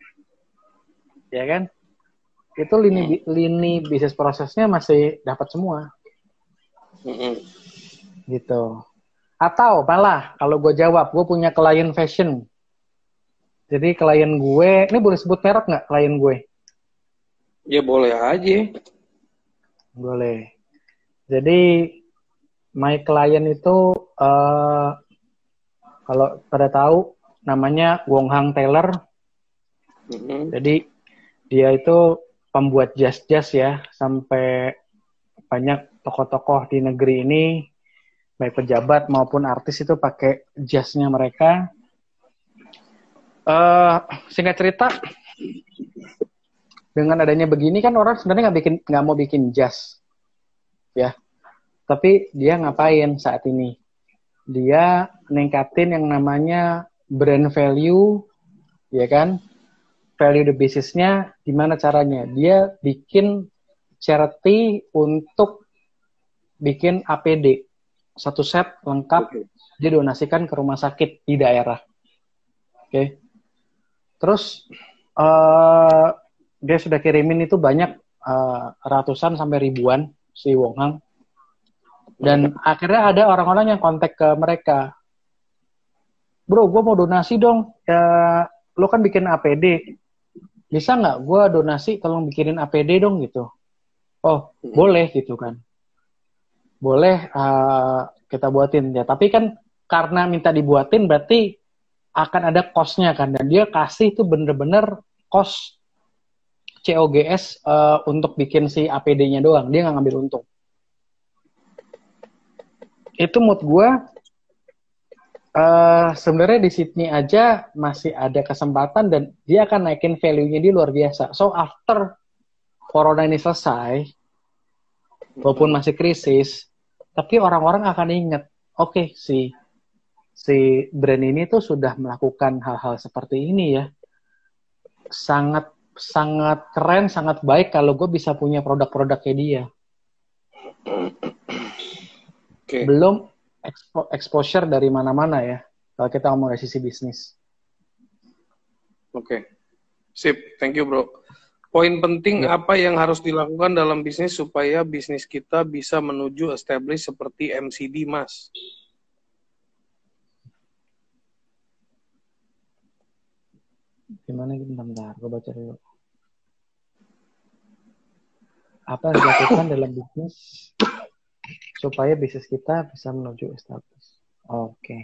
ya kan? Itu lini hmm. lini bisnis prosesnya masih dapat semua, hmm. gitu. Atau malah kalau gue jawab, gue punya klien fashion. Jadi klien gue, ini boleh sebut merek nggak klien gue? Ya boleh aja. Boleh. Jadi my client itu uh, kalau pada tahu namanya Wong Hang Taylor. Mm-hmm. Jadi dia itu pembuat jas-jas ya, sampai banyak tokoh-tokoh di negeri ini, baik pejabat maupun artis itu pakai jasnya mereka. Uh, singkat cerita, dengan adanya begini kan orang sebenarnya nggak bikin nggak mau bikin jas, ya. Tapi dia ngapain saat ini? Dia ningkatin yang namanya brand value, ya kan? Value the business-nya gimana caranya? Dia bikin charity untuk bikin A P D. Satu set lengkap, okay. Dia donasikan ke rumah sakit di daerah. Oke. Okay. Terus, uh, dia sudah kirimin itu banyak, uh, ratusan sampai ribuan si Wong Hang. Dan akhirnya ada orang-orang yang kontak ke mereka. Bro, gue mau donasi dong. Ya, lo kan bikin A P D. bisa nggak gue donasi tolong bikinin A P D dong gitu. Oh Hmm. boleh gitu kan, boleh uh, kita buatin ya. Tapi kan karena minta dibuatin berarti akan ada cost-nya kan, dan dia kasih tuh bener-bener cost C O G S uh, untuk bikin si A P D-nya doang, dia nggak ngambil untung. Itu mood gue uh, sebenarnya di Sydney aja masih ada kesempatan dan dia akan naikin value-nya dia luar biasa. So after Corona ini selesai, walaupun masih krisis, tapi orang-orang akan ingat, oke okay, si si brand ini tuh sudah melakukan hal-hal seperti ini ya, sangat sangat keren, sangat baik kalau gue bisa punya produk-produk kayak dia. Okay. Belum expo- exposure dari mana-mana ya, kalau kita ngomong dari sisi bisnis. Oke, okay. Sip, thank you bro. Poin penting ya. Apa yang harus dilakukan dalam bisnis supaya bisnis kita bisa menuju establish seperti M C D, Mas? Gimana gitu, bentar, gue baca dulu. Apa yang dilakukan dalam bisnis supaya bisnis kita bisa menuju establish? Oke. Okay.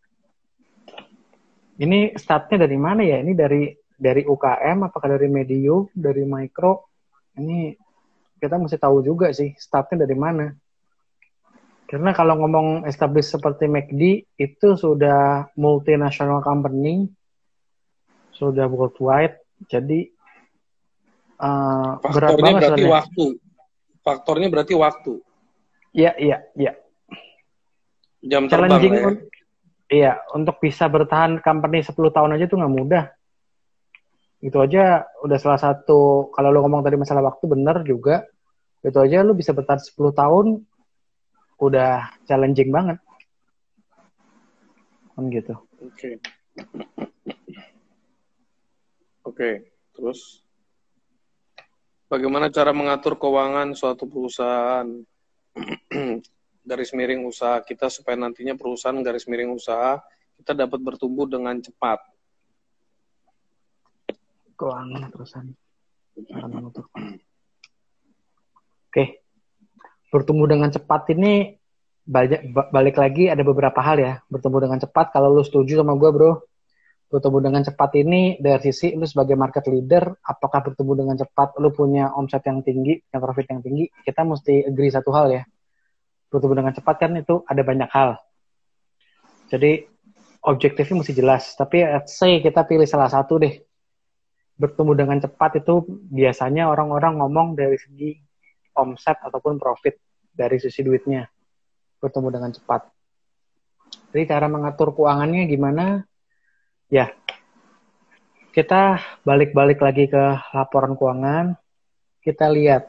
Ini startnya dari mana ya? Ini dari dari U K M, apakah dari medium, dari micro? Ini kita mesti tahu juga sih startnya dari mana. Karena kalau ngomong establish seperti McD itu sudah multinational company, sudah worldwide, jadi uh, berat banget. Faktornya berarti waktu. Faktornya berarti waktu. Iya, iya, iya. Jam terbang ya. Un- iya, untuk bisa bertahan company sepuluh tahun aja tuh nggak mudah. Itu aja udah salah satu, kalau lo ngomong tadi masalah waktu, bener juga. Itu aja lo bisa bertahan sepuluh tahun, udah challenging banget. Kan gitu. Oke. Okay. Oke, okay. Terus bagaimana cara mengatur keuangan suatu perusahaan? Garis miring usaha kita supaya nantinya perusahaan garis miring usaha kita dapat bertumbuh dengan cepat. Keuangan perusahaan. Oke, okay. Bertumbuh dengan cepat ini balik, balik lagi ada beberapa hal ya. Bertumbuh dengan cepat, kalau lu setuju sama gue bro, bertumbuh dengan cepat ini dari sisi lu sebagai market leader, apakah bertumbuh dengan cepat lu punya omset yang tinggi, punya profit yang tinggi, kita mesti agree satu hal ya. Bertumbuh dengan cepat kan itu ada banyak hal. Jadi objektifnya mesti jelas, tapi let's say kita pilih salah satu deh. Bertumbuh dengan cepat itu biasanya orang-orang ngomong dari segi omset ataupun profit, dari sisi duitnya. Bertumbuh dengan cepat. Jadi cara mengatur keuangannya gimana? Ya, kita balik-balik lagi ke laporan keuangan, kita lihat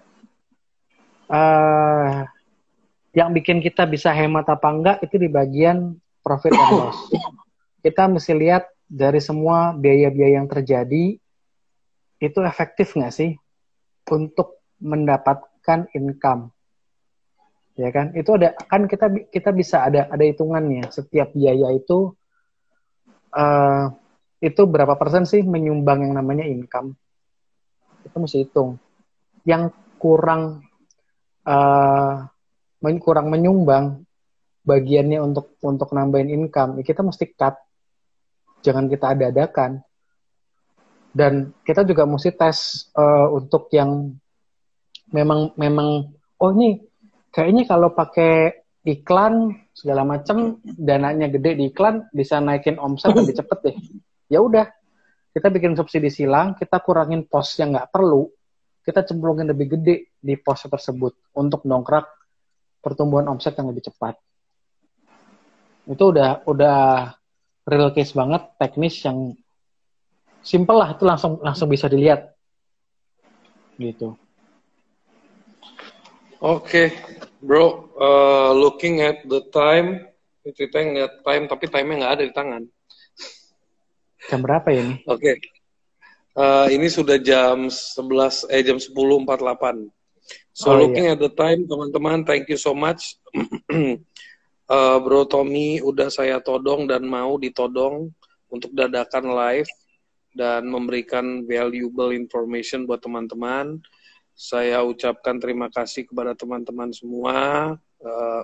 uh, yang bikin kita bisa hemat apa enggak itu di bagian profit and loss. Kita mesti lihat dari semua biaya-biaya yang terjadi, itu efektif nggak sih untuk mendapatkan income, ya kan? Itu ada kan kita kita bisa ada ada hitungannya, setiap biaya itu Uh, itu berapa persen sih menyumbang yang namanya income. Itu mesti hitung. Yang kurang uh, men- kurang menyumbang bagiannya untuk untuk nambahin income, ya kita mesti cut. Jangan kita ada-adakan. Dan kita juga mesti tes uh, untuk yang memang memang oh ini kayaknya kalau pakai iklan segala macam, dananya gede di iklan, bisa naikin omset lebih cepet deh. Ya udah, kita bikin subsidi silang, kita kurangin pos yang nggak perlu, kita cemplungin lebih gede di pos tersebut untuk dongkrak pertumbuhan omset yang lebih cepat. Itu udah udah real case banget, teknis yang simple lah, itu langsung langsung bisa dilihat. Gitu. Oke, okay. Bro, uh, looking at the time, kita ngeliat time, tapi time-nya nggak ada di tangan. Jam berapa ya ini? Oke, okay. uh, ini sudah jam sebelas, eh jam sepuluh empat puluh delapan. So oh, looking iya. at the time, teman-teman, thank you so much. uh, Bro Tommy udah saya todong dan mau ditodong untuk dadakan live. dan memberikan valuable information buat teman-teman. Saya ucapkan terima kasih kepada teman-teman semua. Uh,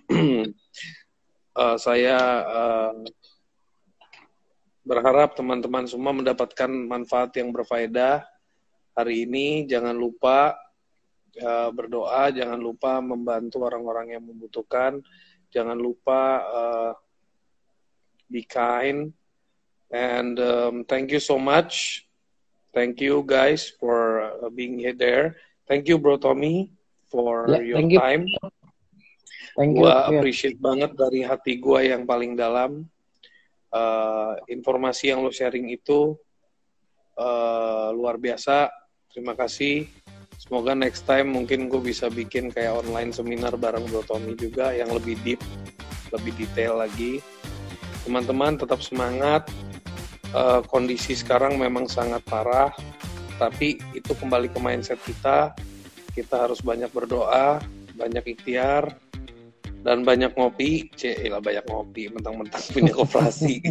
uh, saya uh, berharap teman-teman semua mendapatkan manfaat yang berfaedah hari ini. Jangan lupa uh, berdoa, jangan lupa membantu orang-orang yang membutuhkan, jangan lupa uh, be kind, and um, thank you so much. Thank you guys for uh, being here there. Thank you Bro Tommy for yeah, your you. time. Thank Gua you. appreciate yeah. banget dari hati gua yang paling dalam. Uh, informasi yang lo sharing itu uh, luar biasa. Terima kasih. Semoga next time mungkin gue bisa bikin kayak online seminar bareng Bro Tommy juga yang lebih deep, lebih detail lagi. Teman-teman tetap semangat. Uh, kondisi sekarang memang sangat parah, tapi itu kembali ke mindset kita. Kita harus banyak berdoa, banyak ikhtiar, dan banyak ngopi. Cielah banyak ngopi, mentang-mentang punya koperasi.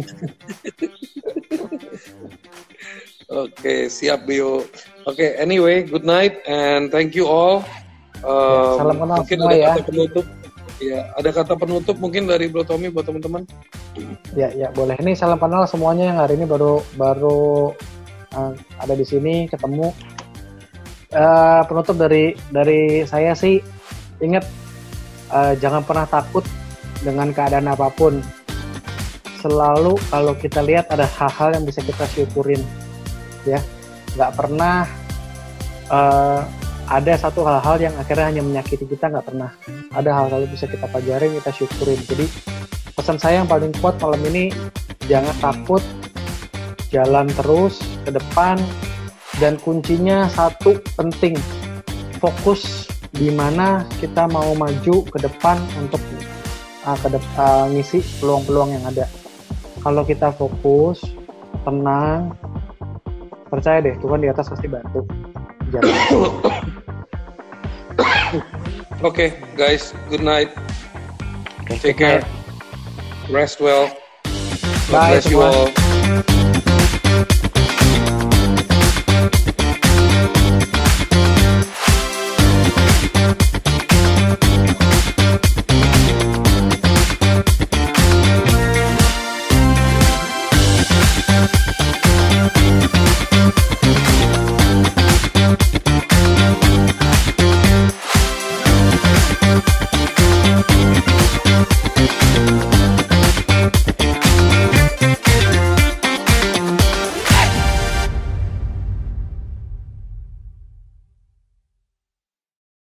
Oke, okay, siap Bio. Oke, okay, anyway, good night and thank you all. Um, ya, salam kenal mungkin semua ada ya. Kata penutup. Ya, ada kata penutup mungkin dari Bro Tommy buat teman-teman. Ya, ya boleh. Ini salam kenal semuanya yang hari ini baru baru uh, ada di sini ketemu. Uh, penutup dari dari saya sih, ingat uh, jangan pernah takut dengan keadaan apapun. Selalu kalau kita lihat ada hal-hal yang bisa kita syukurin, ya. Nggak pernah uh, ada satu hal-hal yang akhirnya hanya menyakiti kita, nggak pernah. Ada hal-hal yang bisa kita pelajarin, kita syukurin. Jadi pesan saya yang paling kuat malam ini, jangan takut, jalan terus ke depan, dan kuncinya satu penting, fokus di mana kita mau maju ke depan untuk uh, ke de- uh, ngisi peluang-peluang yang ada. Kalau kita fokus, tenang, percaya deh Tuhan di atas pasti bantu. Jalan. Oke, okay, guys, good night. Okay, Take care. Night. Rest well. God Bye, bless you semua. all.